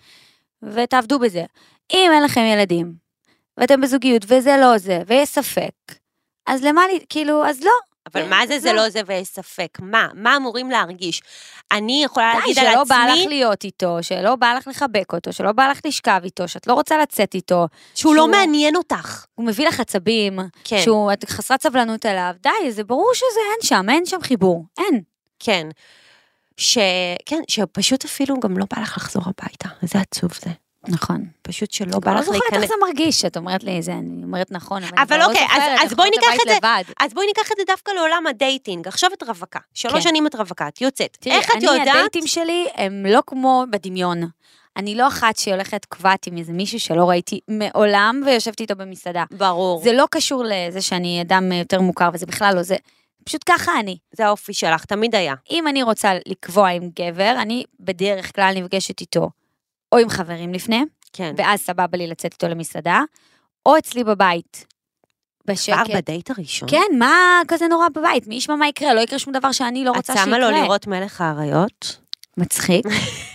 ותעבדו בזה. אם אין לכם ילדים, ואתם בזוגיות, וזה לא זה, ויש ספק, אז למה לי, כאילו, אז לא. אבל מה זה לא זה ויש ספק? מה אמורים להרגיש? אני יכולה להגיד על עצמי... שלא בא לך להיות איתו, שלא בא לך לחבק אותו, שלא בא לך לשכב איתו, שאת לא רוצה לצאת איתו. שהוא לא מעניין אותך. הוא מביא לך עצבים, כן. את חסרת סבלנות אליו. די, זה ברור שזה אין שם חיבור. אין. כן. כן, שפשוט אפילו גם לא בא לך לחזור הביתה. זה עצוב זה. נכון. פשוט שלא בא לך לא זוכרת איך להיכנס. זה מרגיש, את אומרת לי, אני אומרת נכון, אבל אוקיי, אז בואי ניקח את זה דווקא לעולם הדייטינג. עכשיו את רווקה, 3 שנים את רווקה, את יוצאת. איך את יודעת? הדייטים שלי הם לא כמו בדמיון. אני לא אחת שהולכת קבעת עם איזה מישהו שלא ראיתי מעולם, ויושבתי איתו במסעדה. ברור. זה לא קשור לזה שאני אדם יותר מוכר, וזה בכלל לא זה. פשוט ככה אני. זה האופי שלך, תמיד היה. אם אני רוצה לקבוע עם גבר, אני בדרך כלל נפגשת איתו, או עם חברים לפני, כן. ואז סבבה לי לצאת איתו למסעדה, או אצלי בבית. בשקט. כבר בדייט הראשון? כן, מה כזה נורא בבית? מי ישמע מה יקרה? לא יקרה שום דבר שאני לא רוצה שיקרה. את שמה לו לראות מלך האריות? מצחיק.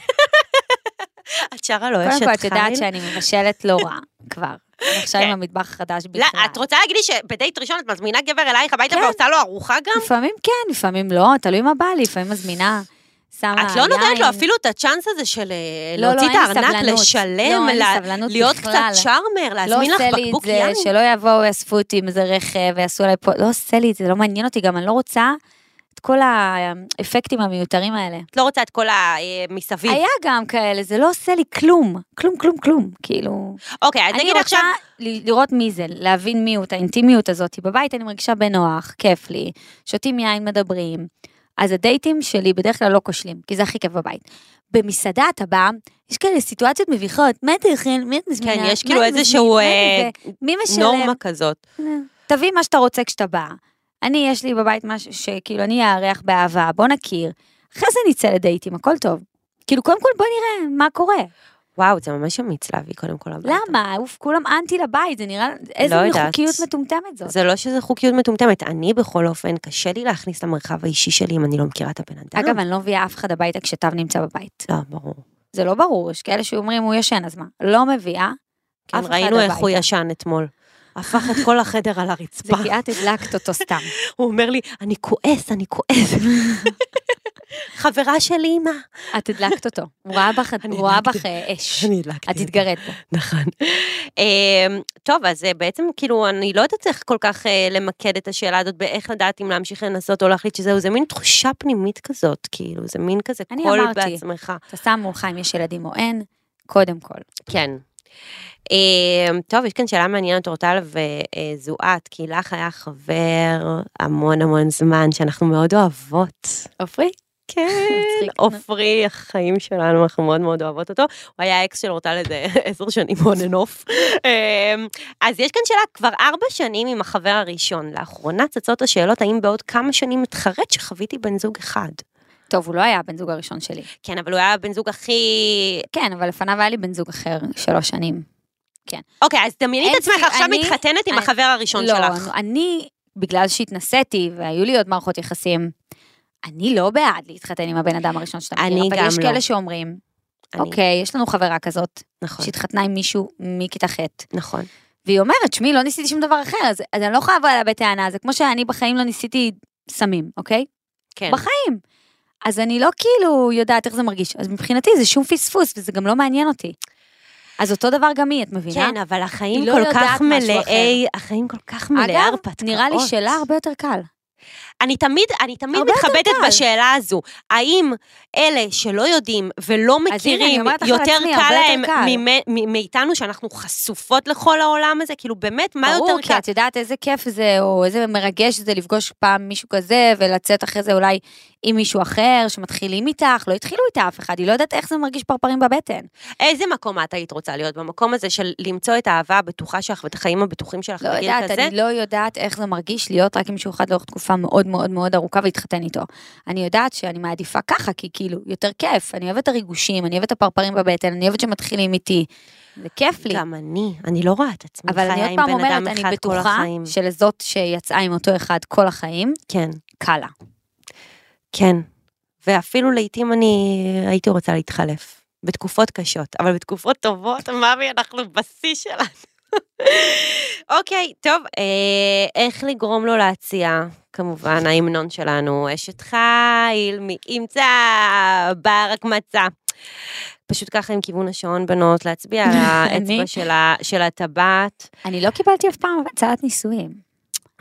את שרה לו אשת חיל? קודם כל, את יודעת שאני מבשלת לא רע, כבר. עכשיו עם המטבח החדש בכלל. לא, את רוצה להגיד לי שבדייט ראשון את מזמינה גבר אלייך הביתה ועושה לו ארוחה גם? לפעמים כן, לפעמים לא, תלוי מה בא לי, לפעמים מזמינה. את לא נותנת לו אפילו את הצ'אנס הזה של להוציא את הארנק, לשלם, להיות קצת צ'ארמר, להזמין לך בקבוק יין? לא עושה לי את זה, שלא יבואו, יאספו אותי עם איזה רכב, ויעשו עליי פה, לא עושה לי את זה, לא מעניין אותי, גם אני לא רוצה את כל האפקטים המיותרים האלה. את לא רוצה את כל המסביב. היה גם כאלה, זה לא עושה לי כלום, כלום, כאילו. אוקיי, אז נגיד עכשיו... אני רוצה לראות מי זה, להבין מי הוא, את האינטימיות הזאת, בבית אני מרגישה בנוח, כיף לי, שותים יין, מדברים. אז הדייטים שלי בדרך כלל לא כושלים, כי זה הכי כיף בבית. במסעדה אתה בא, יש כאלה סיטואציות מביכות, מה אתה יכול, מי את מזמינה? כן, יש כאילו איזשהו נורמה כזאת. תביא מה שאתה רוצה כשאתה בא. יש לי בבית משהו שכאילו אני אארח באהבה, בוא נכיר, אחרי זה נצא לדייטים, הכל טוב. כאילו קודם כל בוא נראה מה קורה. וואו, זה ממש אמיץ להביא קודם כל הביתה. למה? כולם אנטי לבית, זה נראה איזה חוקיות מטומטמת זאת. זה לא שזה חוקיות מטומטמת, אני בכל אופן, קשה לי להכניס למרחב האישי שלי אם אני לא מכירה את הבן אדם. אגב, אני לא מביאה אף אחד הביתה כשתו נמצא בבית. לא, ברור. זה לא ברור, יש כאלה שאומרים הוא ישן, אז מה? לא מביאה כן, ראינו איך הוא ישן אתמול. הפך את כל החדר על הרצפה. זה כי את הדלקת אותו סתם. הוא אומר לי, אני כועס. חברה שלי, אמא. את הדלקת אותו. הוא ראה בך אש. אני הדלקתי. את התגרית בו. נכון. טוב, אז בעצם כאילו, אני לא יודעת איך כל כך למקד את השאלה הזאת, באיך לדעת אם להמשיך לנסות או להחליט שזהו, זה מין תחושה פנימית כזאת, כאילו, זה מין כזה קול בעצמך. אתה שם מולך אם יש ילדים או אין, קודם כל. כן. טוב, יש כאן שאלה מעניינת אורטל וזועת, כי לך היה חבר המון זמן שאנחנו מאוד אוהבות. עופרי? כן, עופרי, החיים שלנו, אנחנו מאוד אוהבות אותו. הוא היה אקס של אורטל איזה 10 שנים on and off. אז יש כאן שאלה, כבר 4 שנים עם החבר הראשון. לאחרונה צצות השאלות, האם בעוד כמה שנים מתחרט שחוויתי בן זוג אחד? טוב, הוא לא היה בן זוג הראשון שלי. כן, אבל הוא היה בן זוג הכי... כן, אבל לפניו היה לי בן זוג אחר 3 שנים. כן. אוקיי, אז דמייני את עצמך עכשיו מתחתנת עם החבר הראשון שלך. לא, אני, בגלל שהתנסיתי והיו לי עוד מערכות יחסים, אני לא בעד להתחתן עם הבן אדם הראשון שאתה מכיר, אבל יש כאלה שאומרים, אוקיי, יש לנו חברה כזאת, שהתחתנה עם מישהו מכיתה ח'. נכון. והיא אומרת, שמי, לא ניסיתי שום דבר אחר, אז אני לא יכולה לבוא עליה בטענה, זה כמו שאני בחיים לא ניסיתי סמים, אוקיי? כן. בחיים. אז אני לא כאילו יודעת איך זה מרגיש, אז מבחינתי זה שום פספוס, וזה גם לא מעניין אותי. אז אותו דבר גם היא, את מבינה? כן, אבל החיים כל כך מלאי, החיים כל כך מלאי הרפתקאות. אגב, נראה לי שאלה הרבה יותר קל. אני תמיד מתחבטת בשאלה הזו, האם אלה שלא יודעים ולא מכירים, יותר קל להם מאיתנו שאנחנו חשופות לכל העולם הזה, כאילו באמת, מה יותר קל? ברור, כי את יודעת איזה כיף זה, או איזה מרגש זה לפגוש פעם מישהו כזה, ולצאת אחרי זה אולי עם מישהו אחר, שמתחילים איתך, לא התחילו איתה אף אחד, היא לא יודעת איך זה מרגיש פרפרים בבטן. איזה מקום את היית רוצה להיות? במקום הזה של למצוא את האהבה הבטוחה שלך, ואת החיים הבטוחים שלך בגיל כזה? אני לא יודעת איך זה מרגיש להיות רק עם מישהו אחד לאורך תקופה מאוד ארוכה והתחתן איתו. אני יודעת שאני מעדיפה ככה, כי כאילו יותר כיף, אני אוהבת את הריגושים, אני אוהבת את הפרפרים בבטן, אני אוהבת שמתחילים איתי, זה כיף לי. גם אני לא רואה את עצמי חיה עם בן אדם אחד כל החיים. שלזאת שיצאה עם אותו אחד כל החיים, כן. קלה. כן, ואפילו לעתים אני הייתי רוצה להתחלף, בתקופות קשות, אבל בתקופות טובות, מאמי, אנחנו בשיא שלנו. אוקיי, טוב, איך לגרום לו להציע? כמובן, ההמנון שלנו, אשת חיל, מי ימצא, ברק מצא. פשוט ככה עם כיוון השעון בנות, להצביע על האצבע של הטבעת. אני לא קיבלתי אף פעם הצעת נישואים.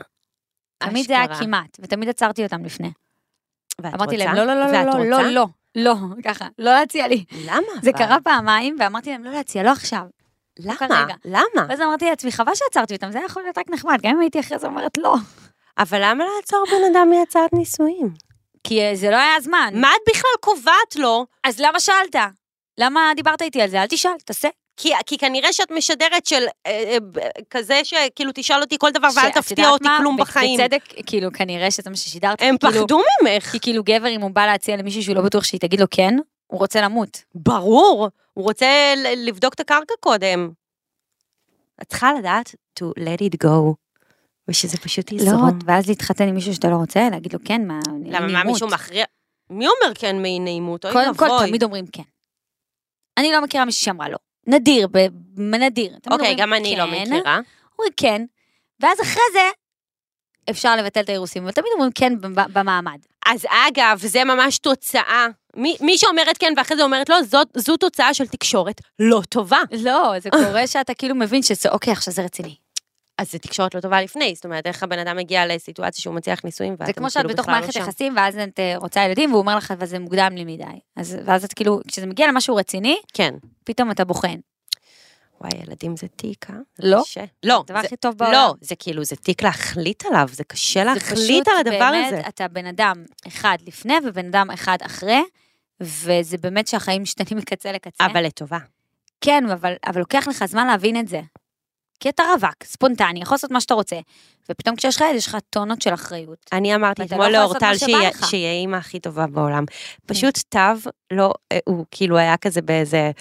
תמיד זה היה כמעט, ותמיד עצרתי אותם לפני. אמרתי להם, לא, לא, ככה, לא להציע לי. למה? זה קרה פעמיים, ואמרתי להם, לא להציע, לא עכשיו. למה? למה? ואז אמרתי לעצמי, חבל שעצרתי אותם, זה יכול להיות רק נחמד, גם אם הייתי אחרי זה אומרת לא. אבל למה לעצור בן אדם מהצעת נישואים? כי זה לא היה הזמן. מה את בכלל קובעת לו? אז למה שאלת? למה דיברת איתי על זה? אל תשאל, תעשה. כי כנראה שאת משדרת של כזה שכאילו תשאל אותי כל דבר ואל תפתיע אותי כלום בחיים. בצדק, כאילו כנראה שזה מה ששידרת. הם פחדו ממך. כי כאילו גבר, אם הוא בא להציע למישהו שהוא לא בטוח שהיא תגיד לו כן, הוא רוצה למות. ברור, הוא רוצה לבדוק את הקרקע קודם. את צריכה לדעת to let it go, ושזה פשוט יזרום. לא, ואז להתחתן עם מישהו שאתה לא רוצה, להגיד לו כן, מה, למה, מה מישהו מכריע? מי אומר כן מנעימות? קודם כל, תמיד אומרים כן. אני לא מכירה מישהו שאמרה לא. נדיר, נדיר. אוקיי, גם אני לא מכירה. אומרים כן, ואז אחרי זה אפשר לבטל את האירוסים, ותמיד אומרים כן במעמד. אז אגב, זה ממש תוצאה. מי שאומרת כן ואחרי זה אומרת לא, זו תוצאה של תקשורת לא טובה. לא, זה קורה שאתה כאילו מבין שזה, אוקיי, עכשיו זה רציני. אז זה תקשורת לא טובה לפני, זאת אומרת, איך הבן אדם מגיע לסיטואציה שהוא מצליח נישואים, זה כמו שאת בתוך מערכת יחסים, ואז את רוצה ילדים, והוא אומר לך, וזה מוקדם לי מדי. ואז את כאילו, כשזה מגיע למשהו רציני, כן. פתאום אתה בוחן. וואי, ילדים זה תיק, לא. לא. הדבר הכי טוב בעולם. לא, זה כאילו, זה תיק להחליט עליו, זה קשה להחליט על הדבר הזה. באמת, אתה בן אדם אחד לפני, ובן אדם אחד אחרי, וזה באמת שהחיים משתנים מקצה לקצה. אבל לטובה. כן, אבל לוקח לך זמן להבין את זה. כי אתה רווק, ספונטני, יכול לעשות מה שאתה רוצה, ופתאום כשיש לך יש לך טונות של אחריות. אני אמרתי אתמול לאורטל שהיא האמא הכי טובה בעולם. פשוט תו, לא, הוא כאילו היה כזה באיזה,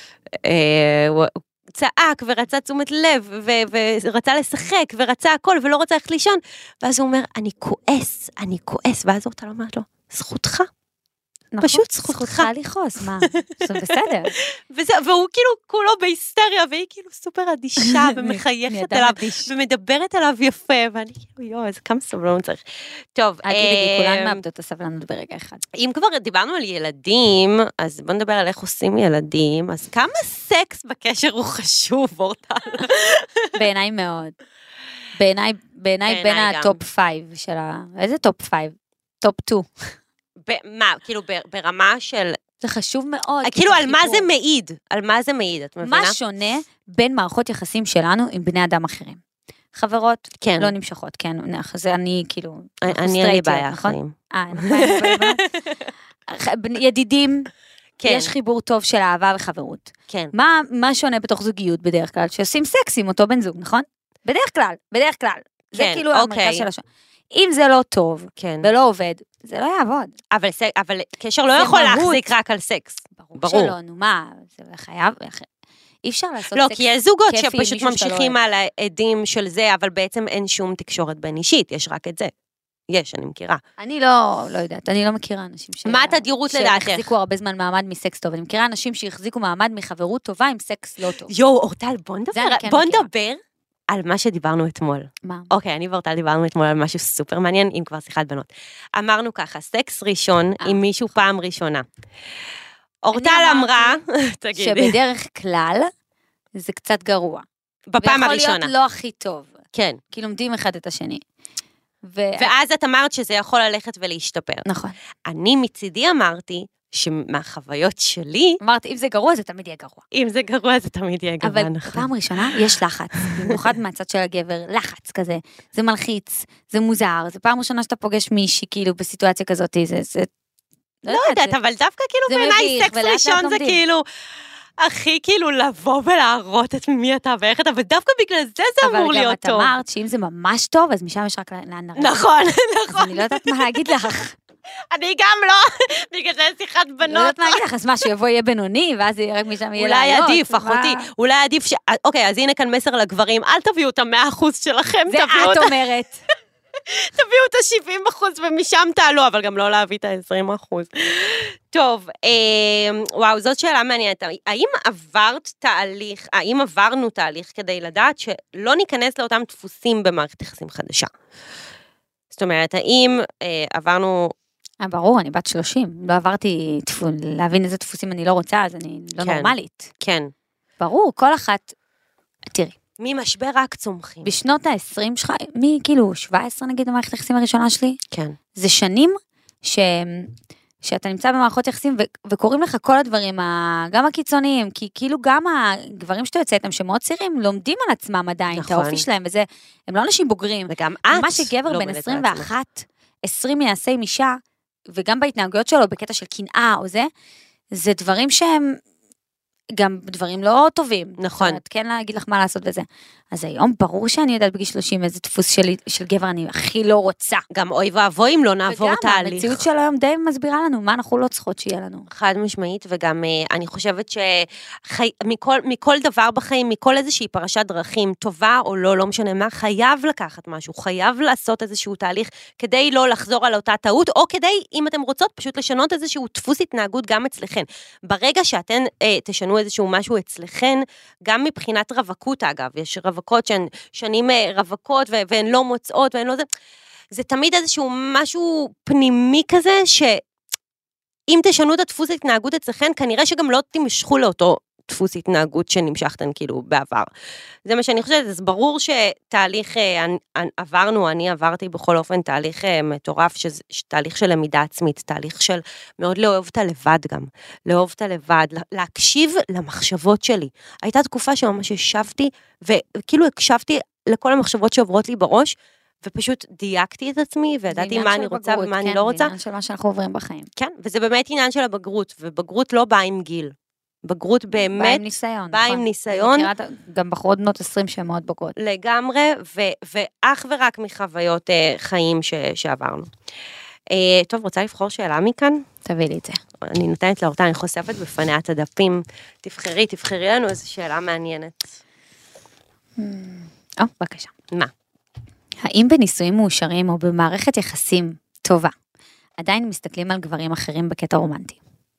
הוא צעק ורצה תשומת לב, ורצה לשחק, ורצה הכל, ולא רצה ללכת לישון, ואז הוא אומר, אני כועס, ואז אורטל אומרת לו, זכותך. פשוט זכותך לכעוס, מה? זה בסדר. והוא כאילו כולו בהיסטריה, והיא כאילו סופר אדישה ומחייכת אליו, ומדברת עליו יפה, ואני כאילו, יו, איזה כמה סבלנות צריך. טוב, אל תדאגי, כולן מאבדות את הסבלנות ברגע אחד. אם כבר דיברנו על ילדים, אז בוא נדבר על איך עושים ילדים, אז כמה סקס בקשר הוא חשוב, אורטל? בעיניי מאוד. בעיניי בין הטופ 5 של איזה טופ 5? טופ 2. מה, כאילו ברמה של... זה חשוב מאוד. כאילו על מה זה מעיד? על מה זה מעיד, את מבינה? מה שונה בין מערכות יחסים שלנו עם בני אדם אחרים? חברות לא נמשכות, כן, זה אני כאילו... אני אין לי בעיה אחרים. ידידים, יש חיבור טוב של אהבה וחברות. כן. מה שונה בתוך זוגיות בדרך כלל? שעושים סקס עם אותו בן זוג, נכון? בדרך כלל. זה כאילו המרכז של השונה. אם זה לא טוב, ולא עובד, זה לא יעבוד. אבל קשר לא יכול להחזיק רק על סקס. ברור שלא, נו מה, זה חייב, אי אפשר לעשות סקס כיפי. לא, כי יש זוגות שפשוט ממשיכים על העדים של זה, אבל בעצם אין שום תקשורת בין אישית, יש רק את זה. יש, אני מכירה. אני לא יודעת, אני לא מכירה אנשים מה התדירות לדעתך? שהחזיקו הרבה זמן מעמד מסקס טוב, אני מכירה אנשים שהחזיקו מעמד מחברות טובה עם סקס לא טוב. יו, אורטל, בוא נדבר על מה שדיברנו אתמול. מה? אוקיי, אני ואורטל דיברנו אתמול על משהו סופר מעניין, אם כבר שיחת בנות. אמרנו ככה, סקס ראשון עם מישהו פעם ראשונה. אורטל אמרה, תגידי. שבדרך כלל זה קצת גרוע. בפעם הראשונה. ויכול להיות לא הכי טוב. כן. כי לומדים אחד את השני. ואז את אמרת שזה יכול ללכת ולהשתפר. נכון. אני מצידי אמרתי, שמהחוויות שלי... אמרתי, אם זה גרוע, זה תמיד יהיה גרוע. אם זה גרוע, זה תמיד יהיה גרוע, נכון. אבל פעם ראשונה יש לחץ, במיוחד מהצד של הגבר, לחץ כזה, זה מלחיץ, זה מוזר, זה פעם ראשונה שאתה פוגש מישהי, כאילו, בסיטואציה כזאת, זה... לא יודעת, אבל דווקא כאילו בעיניי סקס ראשון זה כאילו... הכי כאילו לבוא ולהראות את מי אתה ואיך אתה, ודווקא בגלל זה אמור להיות טוב. אבל גם את אמרת שאם זה ממש טוב, אז משם יש רק לאן נראה. נכון. אז אני לא יודעת מה להגיד לך. אני גם לא, בגלל זה שיחת בנות. לא יודעת מה להגיד לך, אז מה, שיבוא יהיה בינוני, ואז רק משם יהיה לעיות. אולי עדיף, אחותי, אולי עדיף אוקיי, אז הנה כאן מסר לגברים, אל תביאו את 100% שלכם, זה את אומרת. תביאו את 70% ומשם תעלו, אבל גם לא להביא את 20%. טוב, וואו, זאת שאלה מעניינת. האם עברנו תהליך כדי לדעת שלא ניכנס לאותם דפוסים במערכת יחסים חדשה? זאת אומרת, האם עברנו... ברור, אני בת 30, לא עברתי להבין איזה דפוסים אני לא רוצה, אז אני לא נורמלית. כן. ברור, כל אחת, תראי. ממשבר רק צומחים. בשנות ה-20 שלך, כאילו 17 נגיד במערכת היחסים הראשונה שלי, כן. זה שנים שאתה נמצא במערכות יחסים, וקוראים לך כל הדברים, גם הקיצוניים, כי כאילו גם הגברים שאתה יוצא איתם, שמאוד צעירים, לומדים על עצמם עדיין, את האופי שלהם, וזה, הם לא אנשים בוגרים. וגם מה שגבר בין 21, 20 יעשה עם אישה, וגם בהתנהגויות שלו, בקטע של קנאה או זה דברים שהם גם דברים לא טובים. נכון. זאת אומרת, כן להגיד לך מה לעשות וזה. אז היום ברור שאני יודעת בגיל 30 איזה דפוס של גבר אני הכי לא רוצה. גם אוי ואבוי אם לא נעבור תהליך. וגם המציאות של היום די מסבירה לנו מה אנחנו לא צריכות שיהיה לנו. חד משמעית, וגם אני חושבת שמכל דבר בחיים, מכל איזושהי פרשת דרכים, טובה או לא, לא משנה מה, חייב לקחת משהו, חייב לעשות איזשהו תהליך, כדי לא לחזור על אותה טעות, או כדי, אם אתם רוצות, פשוט לשנות איזשהו דפוס התנהגות גם אצלכן. ברגע שאתן תשנו איזשהו משהו אצלכן, גם מבחינת רווקות אגב, יש רווקות שהן שנים רווקות, והן לא מוצאות, והן לא זה תמיד איזשהו משהו פנימי כזה, שאם תשנו את הדפוס התנהגות אצלכן, כנראה שגם לא תמשכו לאותו דפוס התנהגות שנמשכתן כאילו בעבר. זה מה שאני חושבת, אז ברור שתהליך עברנו, אני עברתי בכל אופן תהליך מטורף, תהליך של למידה עצמית, תהליך של מאוד לאהוב את הלבד גם, לאהוב את הלבד, להקשיב למחשבות שלי. הייתה תקופה שממש ישבתי, וכאילו הקשבתי לכל המחשבות שעוברות לי בראש, ופשוט דייקתי את עצמי, וידעתי מה אני רוצה ומה אני לא רוצה. זה עניין של מה שאנחנו עוברים בחיים. כן, וזה באמת עניין של הבגרות, ובגרות לא באה עם גיל. בגרות באמת, באה עם ניסיון. באה עם ניסיון. גם בחורות בנות 20 שהן מאוד בוגרות. לגמרי, ואך ורק מחוויות חיים שעברנו. טוב, רוצה לבחור שאלה מכאן? תביא לי את זה. אני נותנת לאורתה, אני חושפת בפניה את הדפים. תבחרי לנו איזו שאלה מעניינת. בבקשה. מה? האם בנישואים מאושרים או במערכת יחסים טובה, עדיין מסתכלים על גברים אחרים בקטע רומנטי?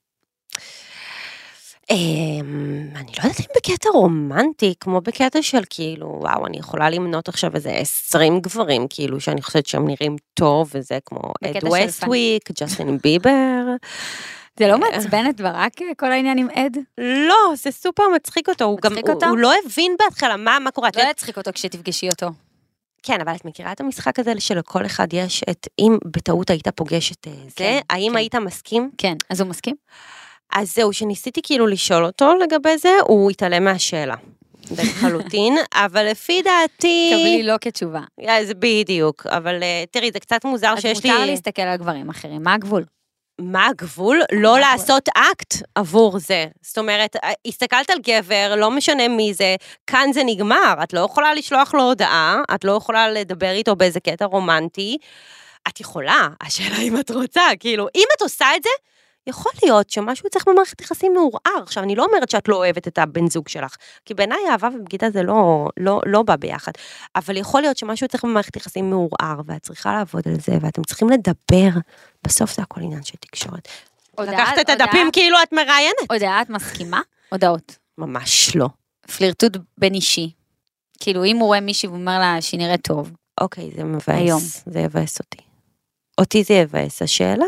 אני לא יודעת אם בקטע רומנטי, כמו בקטע של כאילו, וואו, אני יכולה למנות עכשיו איזה 20 גברים, כאילו, שאני חושבת שהם נראים טוב, וזה כמו אד ווסטוויק, ג'סטין ביבר. זה לא מעצבן את ברק, כל העניין עם אד? לא, זה סופר מצחיק אותו, הוא לא הבין בהתחלה מה קורה. לא יצחיק אותו כשתפגשי אותו. כן, אבל את מכירה את המשחק הזה שלכל אחד יש את, אם בטעות היית פוגש את זה, האם היית מסכים? כן, אז הוא מסכים? אז זהו, שניסיתי כאילו לשאול אותו לגבי זה, הוא התעלם מהשאלה. בחלוטין, אבל לפי דעתי... קבלי לא כתשובה. זה בדיוק, אבל תראי, זה קצת מוזר שיש לי... אז מותר להסתכל על גברים אחרים, מה הגבול? מה הגבול? לא לעשות אקט עבור זה. זאת אומרת, הסתכלת על גבר, לא משנה מי זה, כאן זה נגמר, את לא יכולה לשלוח לו הודעה, את לא יכולה לדבר איתו באיזה קטע רומנטי, את יכולה, השאלה אם את רוצה, כאילו, אם את עושה את זה, יכול להיות שמשהו צריך במערכת יחסים מעורער. עכשיו, אני לא אומרת שאת לא אוהבת את הבן זוג שלך, כי בעיניי אהבה ובגידה זה לא בא ביחד, אבל יכול להיות שמשהו צריך במערכת יחסים מעורער, ואת צריכה לעבוד על זה, ואתם צריכים לדבר, בסוף זה הכל עניין של תקשורת. לקחת את הדפים כאילו את מראיינת. הודעה, את מסכימה? הודעות. ממש לא. פלירטוט בין אישי. כאילו, אם הוא רואה מישהו ואומר לה שהיא נראית טוב. אוקיי, זה מבאס. זה יבאס אותי. אותי זה יבאס. השאלה...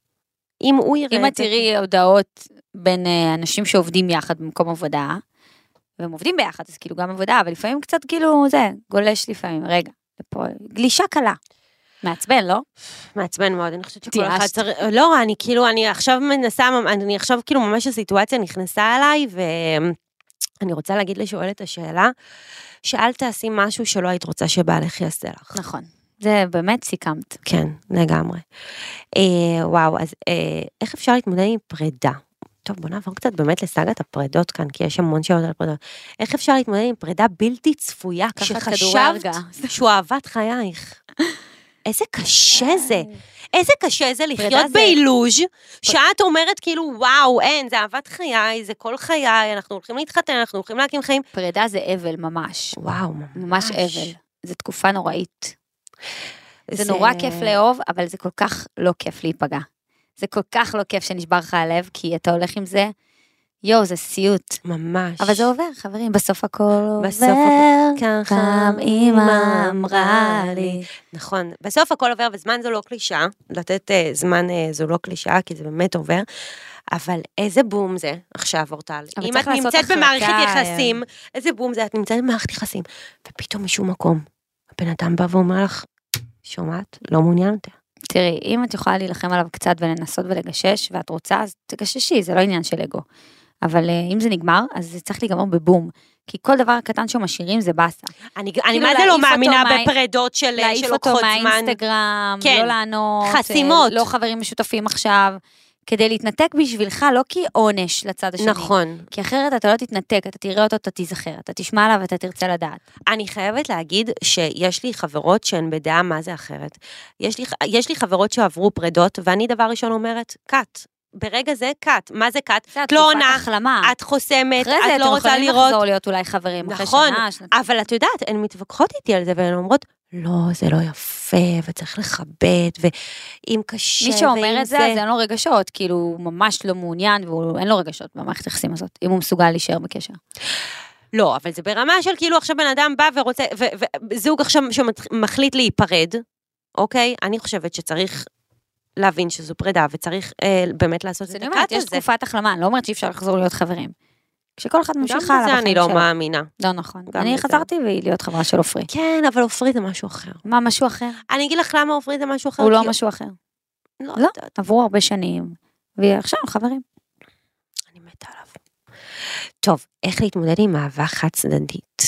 אם את תראי הודעות בין אנשים שעובדים יחד במקום עבודה, והם עובדים ביחד, אז כאילו גם עבודה, אבל לפעמים קצת כאילו זה, גולש לפעמים, רגע, לפה, גלישה קלה. מעצבן, לא? מעצבן מאוד, אני חושבת שכל אחד צריך, לא, אני כאילו, אני עכשיו מנסה, אני עכשיו כאילו ממש הסיטואציה נכנסה אליי, ואני רוצה להגיד לשואל את השאלה, שאל תעשי משהו שלא היית רוצה שבעלך יעשה לך. נכון. זה באמת סיכמת. כן, לגמרי. וואו, אז איך אפשר להתמודד עם פרידה? טוב, בוא נעבור קצת באמת לסגת הפרידות כאן, כי יש המון שאלות על פרידות. איך אפשר להתמודד עם פרידה בלתי צפויה, כשחשבת שהוא אהבת חייך? איזה קשה זה. איזה קשה זה לחיות באילוז' שאת אומרת כאילו, וואו, אין, זה אהבת חיי, זה כל חיי, אנחנו הולכים להתחתן, אנחנו הולכים להקים חיים. פרידה זה אבל ממש. וואו, ממש אבל. זו תקופה נוראית. זה נורא כיף לאהוב, אבל זה כל כך לא כיף להיפגע. זה כל כך לא כיף שנשבר לך הלב, כי אתה הולך עם זה, יו, זה סיוט. ממש. אבל זה עובר, חברים, בסוף הכל עובר. ככה אמא אמרה לי. נכון, בסוף הכל עובר, וזמן זו לא קלישה, לתת זמן זו לא קלישה, כי זה באמת עובר, אבל איזה בום זה, עכשיו אורטל. אם את נמצאת במערכת יחסים, איזה בום זה, את נמצאת במערכת יחסים, ופתאום משום מקום, הבן אדם בא ואומר לך, שומעת, לא מעוניין אותה. תראי, אם את יכולה להילחם עליו קצת ולנסות ולגשש, ואת רוצה, אז תגששי, זה לא עניין של אגו. אבל אם זה נגמר, אז זה צריך להיגמר בבום. כי כל דבר קטן שמשאירים זה באסה. אני מה זה לא מאמינה בפרדות של לוקחות זמן. להעיף אותו מהאינסטגרם, לא לענות. חסימות. לא חברים משותפים עכשיו. כדי להתנתק בשבילך, לא כי עונש לצד השני. נכון. כי אחרת אתה לא תתנתק, אתה תראה אותו, אתה תיזכר, אתה תשמע עליו ואתה תרצה לדעת. אני חייבת להגיד שיש לי חברות שהן בדעה מה זה אחרת. יש לי חברות שעברו פרדות, ואני דבר ראשון אומרת, קאט. ברגע זה קאט. מה זה קאט? את לא עונה, את חוסמת, את לא רוצה לראות. אחרי זה אתם יכולים לחזור להיות אולי חברים, נכון, אחרי שנה. אבל את יודעת, הן מתווכחות איתי על זה, והן אומרות, לא, זה לא יפה, וצריך לכבד, ואם קשה, מי שאומר את זה, אז אין לו רגשות, כאילו, הוא ממש לא מעוניין, ואין לו רגשות במערכת היחסים הזאת, אם הוא מסוגל להישאר בקשר. לא, אבל זה ברמה של כאילו עכשיו בן אדם בא ורוצה, וזוג עכשיו שמחליט להיפרד, אוקיי? אני חושבת שצריך להבין שזו פרידה, וצריך באמת לעשות את הקאט הזה. יש תקופת החלמה, אני לא אומרת שאי אפשר לחזור להיות חברים. כשכל אחד ממשיכה גם בזה אני לא מאמינה. לא נכון. אני חזרתי להיות חברה של אופרי. כן, אבל אופרי זה משהו אחר. מה משהו אחר? אני אגיד לך למה אופרי זה משהו אחר. הוא לא משהו אחר. לא, עברו הרבה שנים, ועכשיו חברים. אני מתה עליו. טוב, איך להתמודד עם אהבה חד צדדית?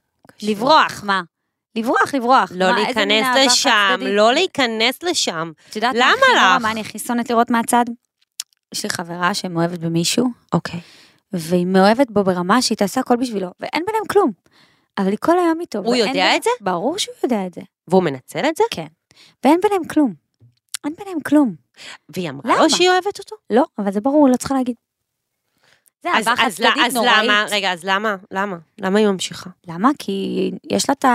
לברוח, מה? לברוח. לא להיכנס לשם, לא להיכנס לשם. את יודעת מה אני הכי שונאת לראות מהצד? יש לי חברה שמאוהבת במישהו. אוקיי. והיא מאוהבת בו ברמה שהיא תעשה הכל בשבילו, ואין ביניהם כלום. אבל היא כל היום איתו. הוא יודע את זה? ברור שהוא יודע את זה. והוא מנצל את זה? כן. ואין ביניהם כלום. אין ביניהם כלום. והיא אמרה לו שהיא אוהבת אותו? לא, אבל זה ברור, לא צריכה להגיד. זה אהבה חד צדדית נוראית. רגע, אז למה? למה היא ממשיכה? למה? כי יש לה את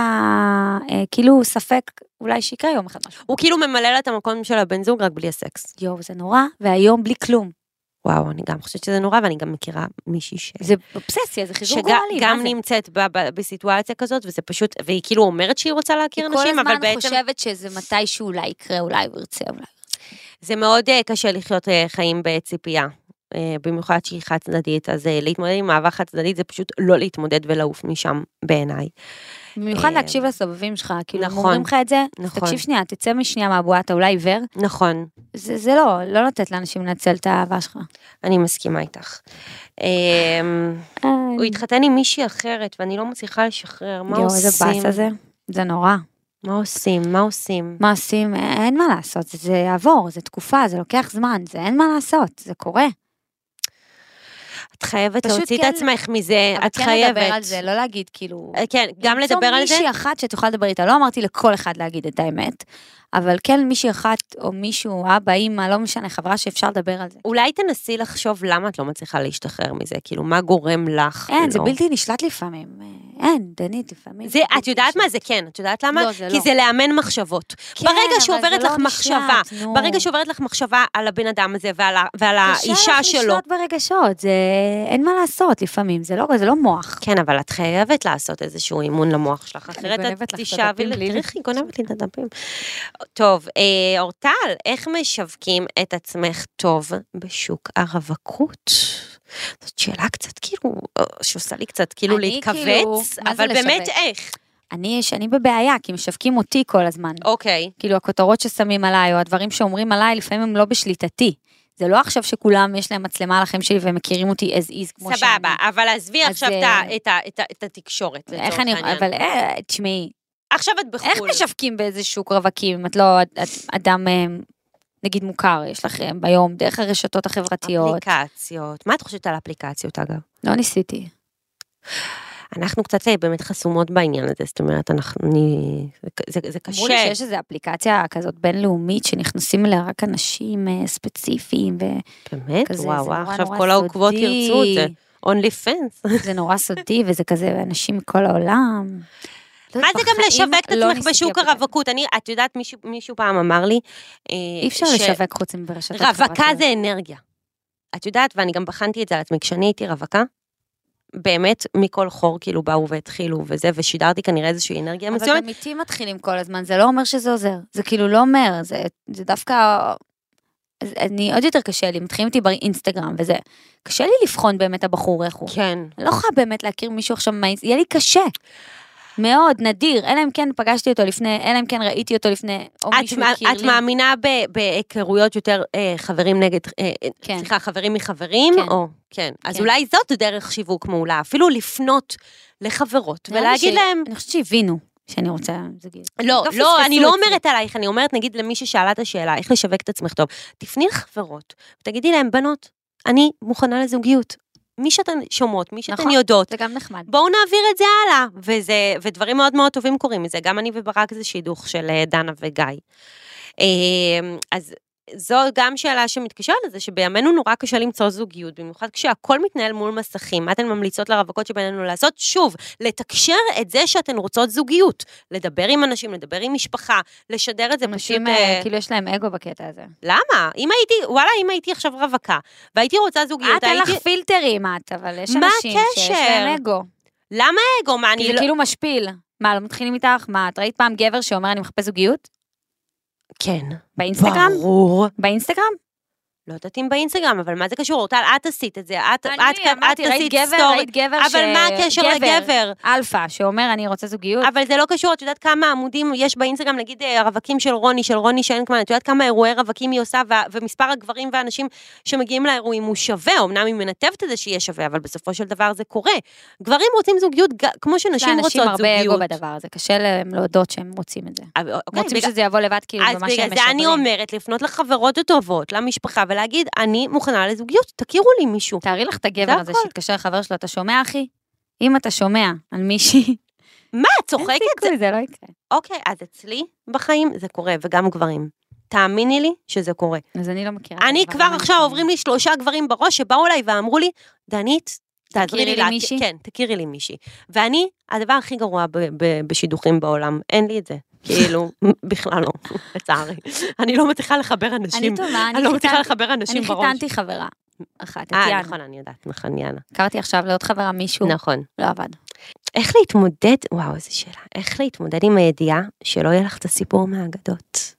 כאילו ספק, אולי שיקרה יום אחד משהו. הוא כאילו ממלא לה את המקום של הבן זוג רק בלי הסקס. יואו, זה נורא, והיום בלי כלום. וואו, אני גם חושבת שזה נורא, ואני גם מכירה מישהי זה אובססיה, זה חיזור גורלי. שגם נמצאת בסיטואציה כזאת, וזה פשוט, והיא כאילו אומרת שהיא רוצה להכיר אנשים, אבל בעצם... היא כל הזמן חושבת שזה מתישהו אולי יקרה, אולי הוא ירצה. זה מאוד קשה לחיות חיים בציפייה, במיוחד שהיא חד צדדית, אז להתמודד עם אהבה חד צדדית, זה פשוט לא להתמודד ולעוף משם בעיניי. במיוחד להקשיב לסובבים שלך, כאילו אומרים לך את זה, תקשיב שנייה, תצא משנייה מהבועה, אתה אולי עיוור. נכון. זה לא לתת לאנשים לנצל את האהבה שלך. אני מסכימה איתך. הוא התחתן עם מישהי אחרת, ואני לא מצליחה לשחרר, מה עושים? איזה באס הזה, זה נורא. מה עושים? אין מה לעשות, זה יעבור, זה תקופה, זה לוקח זמן, זה אין מה לעשות, זה קורה. את חייבת להוציא את עצמך מזה, את חייבת. אבל כן לדבר על זה, לא להגיד כאילו... כן, גם לדבר על זה? מישהי אחת שאת יכולה לדבר איתה, לא אמרתי לכל אחד להגיד את האמת, אבל כן מישהי אחת או מישהו, אבא, אמא, לא משנה, חברה שאפשר לדבר על זה. אולי תנסי לחשוב למה את לא מצליחה להשתחרר מזה, כאילו מה גורם לך? אין, זה בלתי נשלט לפעמים. אין, דנית, לפעמים. את יודעת מה זה כן, את יודעת למה? כי זה לאמן מחשבות. ברגע שעוברת לך מחשבה, ברגע שעוברת לך מחשבה על הבן אדם הזה ועל האישה שלו. קשה לשלוט ברגשות, אין מה לעשות לפעמים, זה לא מוח. כן, אבל את חייבת לעשות איזשהו אימון למוח שלך, אחרת את תשאבי לתריכי, גונבת לי את הדפים. טוב, אורטל, איך משווקים את עצמך טוב בשוק הרווקות? זאת שאלה קצת כאילו, שעושה לי קצת כאילו להתכווץ, אבל באמת איך? אני בבעיה, כי משווקים אותי כל הזמן. אוקיי. כאילו הכותרות ששמים עליי, או הדברים שאומרים עליי, לפעמים הם לא בשליטתי. זה לא עכשיו שכולם יש להם מצלמה על החיים שלי, והם מכירים אותי as is כמו שאני. סבבה, אבל עזבי עכשיו את התקשורת. איך אני, אבל תשמעי. עכשיו את בחול. איך משווקים באיזה שוק רווקים, אם את לא אדם, נגיד מוכר, יש לכם ביום, דרך הרשתות החברתיות. אפליקציות. מה את חושבת על אפליקציות, אגב? לא ניסיתי. אנחנו קצת באמת חסומות בעניין הזה, זאת אומרת, זה קשה. אמרו לי שיש איזו אפליקציה כזאת בינלאומית, שנכנסים אליה רק אנשים ספציפיים, באמת? וואו, עכשיו כל העוקבות ירצו את זה. only fans. זה נורא סודי, וזה כזה אנשים מכל העולם. מה זה גם לשווק את עצמך בשוק הרווקות? את יודעת, מישהו פעם אמר לי, אי אפשר לשווק חוץ מברשתות חברתיות. רווקה זה אנרגיה. את יודעת, ואני גם בחנתי את זה על עצמי, כשאני הייתי רווקה, באמת מכל חור כאילו באו והתחילו וזה, ושידרתי כנראה איזושהי אנרגיה מסוימת. אבל אמיתי מתחילים כל הזמן, זה לא אומר שזה עוזר, זה כאילו לא אומר, זה דווקא, אני עוד יותר קשה לי, מתחילים איתי באינסטגרם וזה, קשה לי לבחון באמת הבחור איך הוא. כן. אני לא יכולה באמת להכיר מישהו עכשיו, יהיה לי קשה. מאוד נדיר, אלא אם כן פגשתי אותו לפני, אלא אם כן ראיתי אותו לפני, או מישהו הכיר לי. את מאמינה בהיכרויות יותר חברים נגד, סליחה, חברים מחברים? כן. אז אולי זאת דרך שיווק מעולה, אפילו לפנות לחברות, ולהגיד להם... אני חושבת שהבינו שאני רוצה זוגיות. לא, אני לא אומרת עלייך, אני אומרת נגיד למי ששאלה את השאלה, איך לשווק את עצמך טוב, תפני לחברות, ותגידי להם, בנות, אני מוכנה לזוגיות. מי שאתן שומעות, מי שאתן יודעות. זה גם נחמד. בואו נעביר את זה הלאה, ודברים מאוד מאוד טובים קורים מזה, גם אני וברק זה שידוך של דנה וגיא. אז זו גם שאלה שמתקשרת לזה, שבימינו נורא קשה למצוא זוגיות, במיוחד כשהכל מתנהל מול מסכים, מה אתן ממליצות לרווקות שבינינו לעשות? שוב, לתקשר את זה שאתן רוצות זוגיות, לדבר עם אנשים, לדבר עם משפחה, לשדר את זה פשוט... אנשים כאילו יש להם אגו בקטע הזה. למה? אם הייתי עכשיו רווקה, והייתי רוצה זוגיות, אין לך פילטרים, אבל יש אנשים שיש להם אגו. למה אגו? זה כאילו משפיל. מה, לא מתחילים איתך? מה, את ראית פעם גבר שאומר אני מחפש זוגיות? כן. באינסטגרם? ברור. באינסטגרם? לא יודעת אם באינסטגרם, אבל מה זה קשור? טל, את עשית את זה, את עשית סטורי. ראית גבר אבל מה הקשר לגבר? אלפא, שאומר אני רוצה זוגיות. אבל זה לא קשור, את יודעת כמה עמודים יש באינסטגרם, נגיד הרווקים של רוני שיינקמן, את יודעת כמה אירועי רווקים היא עושה, ומספר הגברים והאנשים שמגיעים לאירועים הוא שווה, אמנם היא מנתבת את זה שיהיה שווה, אבל בסופו של דבר זה קורה. גברים רוצים זוגיות כמו שנשים רוצות זוגיות. לאנשים הרבה אגו בדבר הזה, קשה להם להודות שהם רוצים את זה. רוצים שזה יבוא לבד כאילו במה שהם משדרים. אז בגלל זה אני אומרת, לפנות לחברות הטובות, למשפחה, ולהגיד, אני מוכנה לזוגיות, תכירו לי מישהו. תארי לך את הגבר הזה שהתקשר לחבר שלו, אתה שומע אחי? אם אתה שומע על מישהי... מה, צוחקת? אין סיכוי, זה לא יקרה. אוקיי, אז אצלי בחיים זה קורה, וגם גברים. תאמיני לי שזה קורה. אז אני לא מכירה. אני כבר עכשיו עוברים לי 3 גברים בראש שבאו אליי ואמרו לי, דנית, תעזרי לי מישהי? כן, תכירי לי מישהי. ואני, הדבר הכי גרוע בשידוכים בעולם, אין לי את זה. כאילו, בכלל לא, לצערי. אני לא מצליחה לחבר אנשים. אני לא מצליחה לחבר אנשים בראש. אני חיתנתי חברה אחת, את יאנה. נכון, אני יודעת, נכון, יאנה. הכרתי עכשיו לעוד חברה מישהו. נכון. לא עבד. איך להתמודד, וואו, איזו שאלה, איך להתמודד עם הידיעה שלא יהיה לך את הסיפור מהאגדות?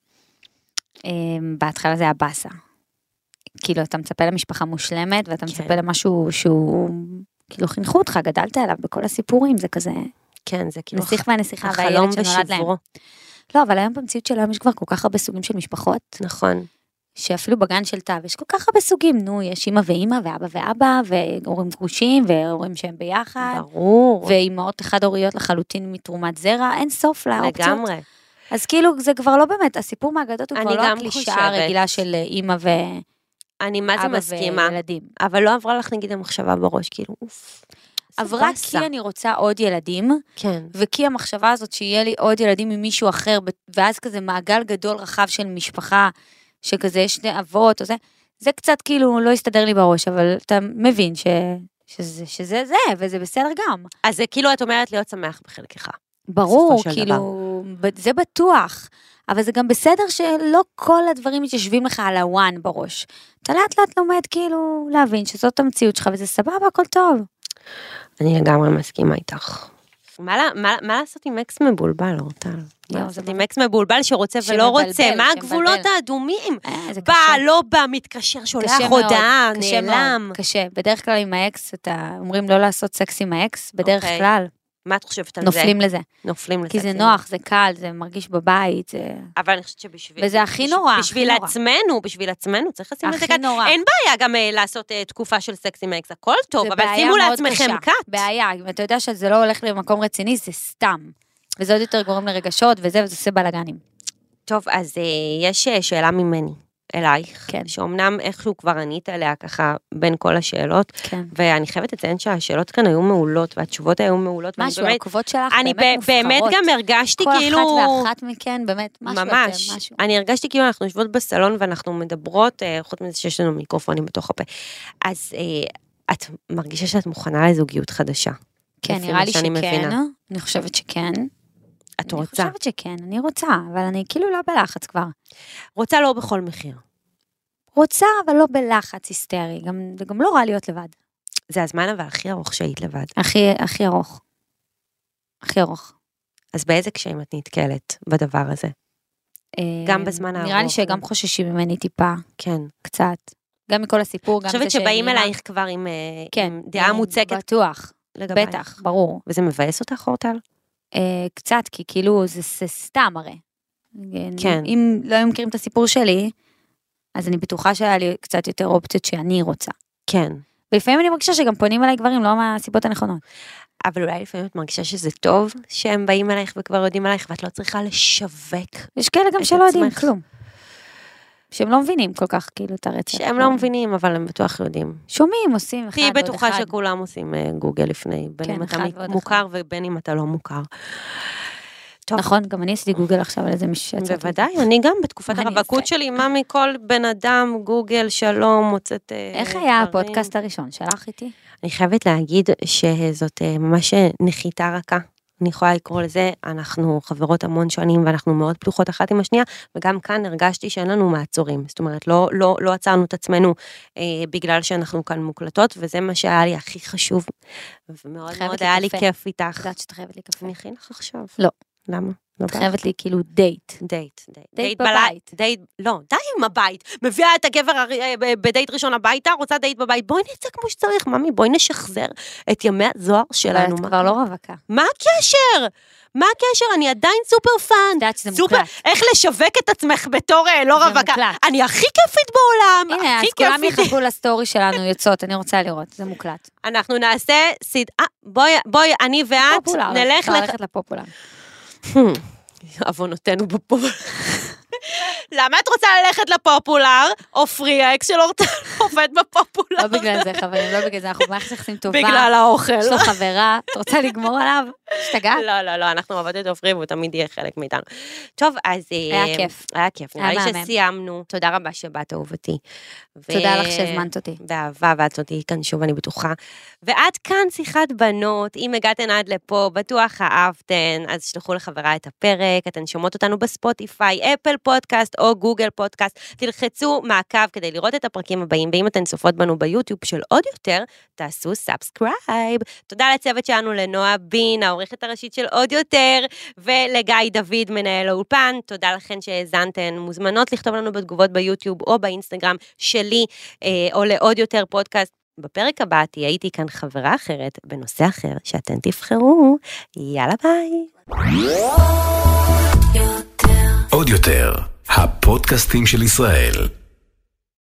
בהתחלה זה הבאסה. כאילו, אתה מצפה למשפחה מושלמת, ואתה מצפה למשהו שהוא, כאילו, חינכו אותך, גדלת עליו בכל הסיפורים, זה כזה... כן, זה כאילו... נסיך והנסיכה, והילד שנולד להם. לא, אבל היום במציאות של היום יש כבר כל כך הרבה סוגים של משפחות. נכון. שאפילו בגן של תו, יש כל כך הרבה סוגים, נו, יש אמא ואמא, ואבא ואבא, והורים גרושים, והורים שהם ביחד. ברור. ואימהות אחד-הוריות לחלוטין מתרומת זרע, אין סוף לאופציות. לגמרי. אז כאילו, זה כבר לא באמת, הסיפור מהאגדות הוא כבר לא הקלישאה הרגילה של אמא אני מה זה מסכימה, אבל לא עברה לך נגיד המחשבה בראש, כאילו, אוף. עברה כי אני רוצה עוד ילדים, כן. וכי המחשבה הזאת שיהיה לי עוד ילדים ממישהו אחר, ואז כזה מעגל גדול רחב של משפחה, שכזה יש 2 אבות, או זה קצת כאילו לא יסתדר לי בראש, אבל אתה מבין שזה זה, וזה בסדר גם. אז זה כאילו את אומרת להיות שמח בחלקך. ברור, כאילו, זה בטוח, אבל זה גם בסדר שלא כל הדברים מתיישבים לך על הוואן בראש. אתה לאט לאט לומד כאילו להבין שזאת המציאות שלך, וזה סבבה, הכל טוב. אני לגמרי מסכימה איתך. מה לעשות עם אקס מבולבל, אורטל? מה לעשות עם אקס מבולבל שרוצה ולא רוצה? מה הגבולות האדומים? בא, לא בא, מתקשר, שולח הודעה, נעלם. קשה, בדרך כלל עם האקס, אומרים לא לעשות סקס עם האקס, בדרך כלל. מה את חושבת על זה? נופלים לזה. כי זה נוח, זה קל, זה מרגיש בבית. אבל אני חושבת שבשביל... וזה הכי נורא. בשביל עצמנו, צריך לשים לזה כאן. אין בעיה גם לעשות תקופה של סקס עם האקס, הכל טוב, אבל שימו לעצמכם קאט. בעיה, אם אתה יודע שזה לא הולך למקום רציני, זה סתם. וזה עוד יותר גורם לרגשות, וזה עושה בלגנים. טוב, אז יש שאלה ממני. אלייך, כן. שאומנם איכשהו כבר ענית עליה ככה בין כל השאלות, כן. ואני חייבת לציין שהשאלות כאן היו מעולות, והתשובות היו מעולות. משהו, העקבות שלך באמת מובחרות. אני באמת גם הרגשתי כאילו... כל אחת ואחת מכן, באמת, ממש, משהו. אני הרגשתי כאילו אנחנו יושבות בסלון, ואנחנו מדברות, חוץ מזה שיש לנו מיקרופונים בתוך הפה. אז את מרגישה שאת מוכנה לזוגיות חדשה. כן, נראה לי שכן, אני חושבת שכן. את רוצה? אני חושבת שכן, אני רוצה, אבל אני כאילו לא בלחץ כבר. רוצה לא בכל מחיר. רוצה, אבל לא בלחץ היסטרי, זה גם לא רע להיות לבד. זה הזמן אבל הכי ארוך שהיית לבד. הכי ארוך. הכי ארוך. אז באיזה קשיים את נתקלת בדבר הזה? גם בזמן הארוך. נראה לי שגם חוששים ממני טיפה. כן. קצת. גם מכל הסיפור, גם זה חושבת שבאים אלייך כבר עם דעה מוצקת. בטוח. בטח, ברור. וזה מבאס אותך, אורטל? קצת, כי כאילו זה סתם הרי. כן. אם לא היו מכירים את הסיפור שלי, אז אני בטוחה שהיה לי קצת יותר אופציות שאני רוצה. כן. ולפעמים אני מרגישה שגם פונים אליי גברים, לא מהסיבות הנכונות. אבל אולי לפעמים את מרגישה שזה טוב, שהם באים אלייך וכבר יודעים עלייך, ואת לא צריכה לשווק. יש כאלה גם שלא יודעים כלום. שהם לא מבינים כל כך, כאילו, את הרצף. שהם לא מבינים, אבל הם בטוח יודעים. שומעים, עושים אחד תהי ועוד אחד. בטוחה שכולם עושים גוגל לפני, בין אם אתה מוכר ובין אם אתה לא מוכר. נכון, גם אני עשיתי גוגל עכשיו על איזה מישהו. בוודאי, אני גם בתקופת הרווקות שלי, מה מכל בן אדם, גוגל, שלום, מוצאת... איך היה הפודקאסט הראשון? שלח איתי? אני חייבת להגיד שזאת ממש נחיתה רכה. אני יכולה לקרוא לזה, אנחנו חברות המון שנים, ואנחנו מאוד פתוחות אחת עם השנייה, וגם כאן הרגשתי שאין לנו מעצורים. זאת אומרת, לא עצרנו את עצמנו בגלל שאנחנו כאן מוקלטות, וזה מה שהיה לי הכי חשוב, ומאוד מאוד היה לי כיף איתך. יודעת שאת חייבת לי קפה. אני אכין לך עכשיו. לא. למה? את חייבת לי כאילו דייט. דייט בבית. לא, די עם הבית. מביאה את הגבר בדייט ראשון הביתה, רוצה דייט בבית. בואי נצא כמו שצריך, ממי, בואי נשחזר את ימי הזוהר שלנו. את כבר לא רווקה. מה הקשר? מה הקשר? אני עדיין סופר פאן. יודעת שזה מוקלט. איך לשווק את עצמך בתור לא רווקה. אני הכי כיפית בעולם. הנה, אז כולם יחכו לסטורי שלנו יוצאות, אני רוצה לראות, זה מוקלט. אנחנו נעשה בואי, אני ואת נלך לפופולר. אבונותינו בפופולר. למה את רוצה ללכת לפופולר? אופרי, האקס של אורטל עובד בפופולר. לא בגלל זה, חברים, לא בגלל זה, אנחנו מערכת יחסים טובה. בגלל האוכל. יש לו חברה, את רוצה לגמור עליו? שתגעת? לא, אנחנו עובדות את אופרי, והוא תמיד יהיה חלק מאיתנו. טוב, אז... היה כיף. היה כיף, נראה לי שסיימנו. תודה רבה שבאת אהובתי. תודה לך שהזמנת אותי. באהבה, ואת אותי כאן שוב, אני בטוחה. ועד כאן שיחת בנות, אם הגעתן עד לפה, בטוח אהבתן, אז שלחו לחברה את הפרק, אתן שומעות אותנו בספוטיפיי, אפל פודקאסט או גוגל פודקאסט, תלחצו מעקב כדי לראות את הפרקים הבאים, ואם אתן צופות בנו ביוטיוב של עוד יותר, תעשו סאבסקרייב. תודה לצוות שלנו, לנועה בין, העורכת הראשית של עוד יותר, ולגיא דוד, מנהל האולפן. תודה לכן שהאזנתן, מוזמנות לכתוב לנו בתגובות ביוטיוב או באינסטגרם שלי, או לעוד יותר פודקאסט. בפרק הבא הייתי כאן חברה אחרת, בנושא אחר, שאתן תבחרו. יאללה ביי. עוד יותר, הפודקאסטים של ישראל.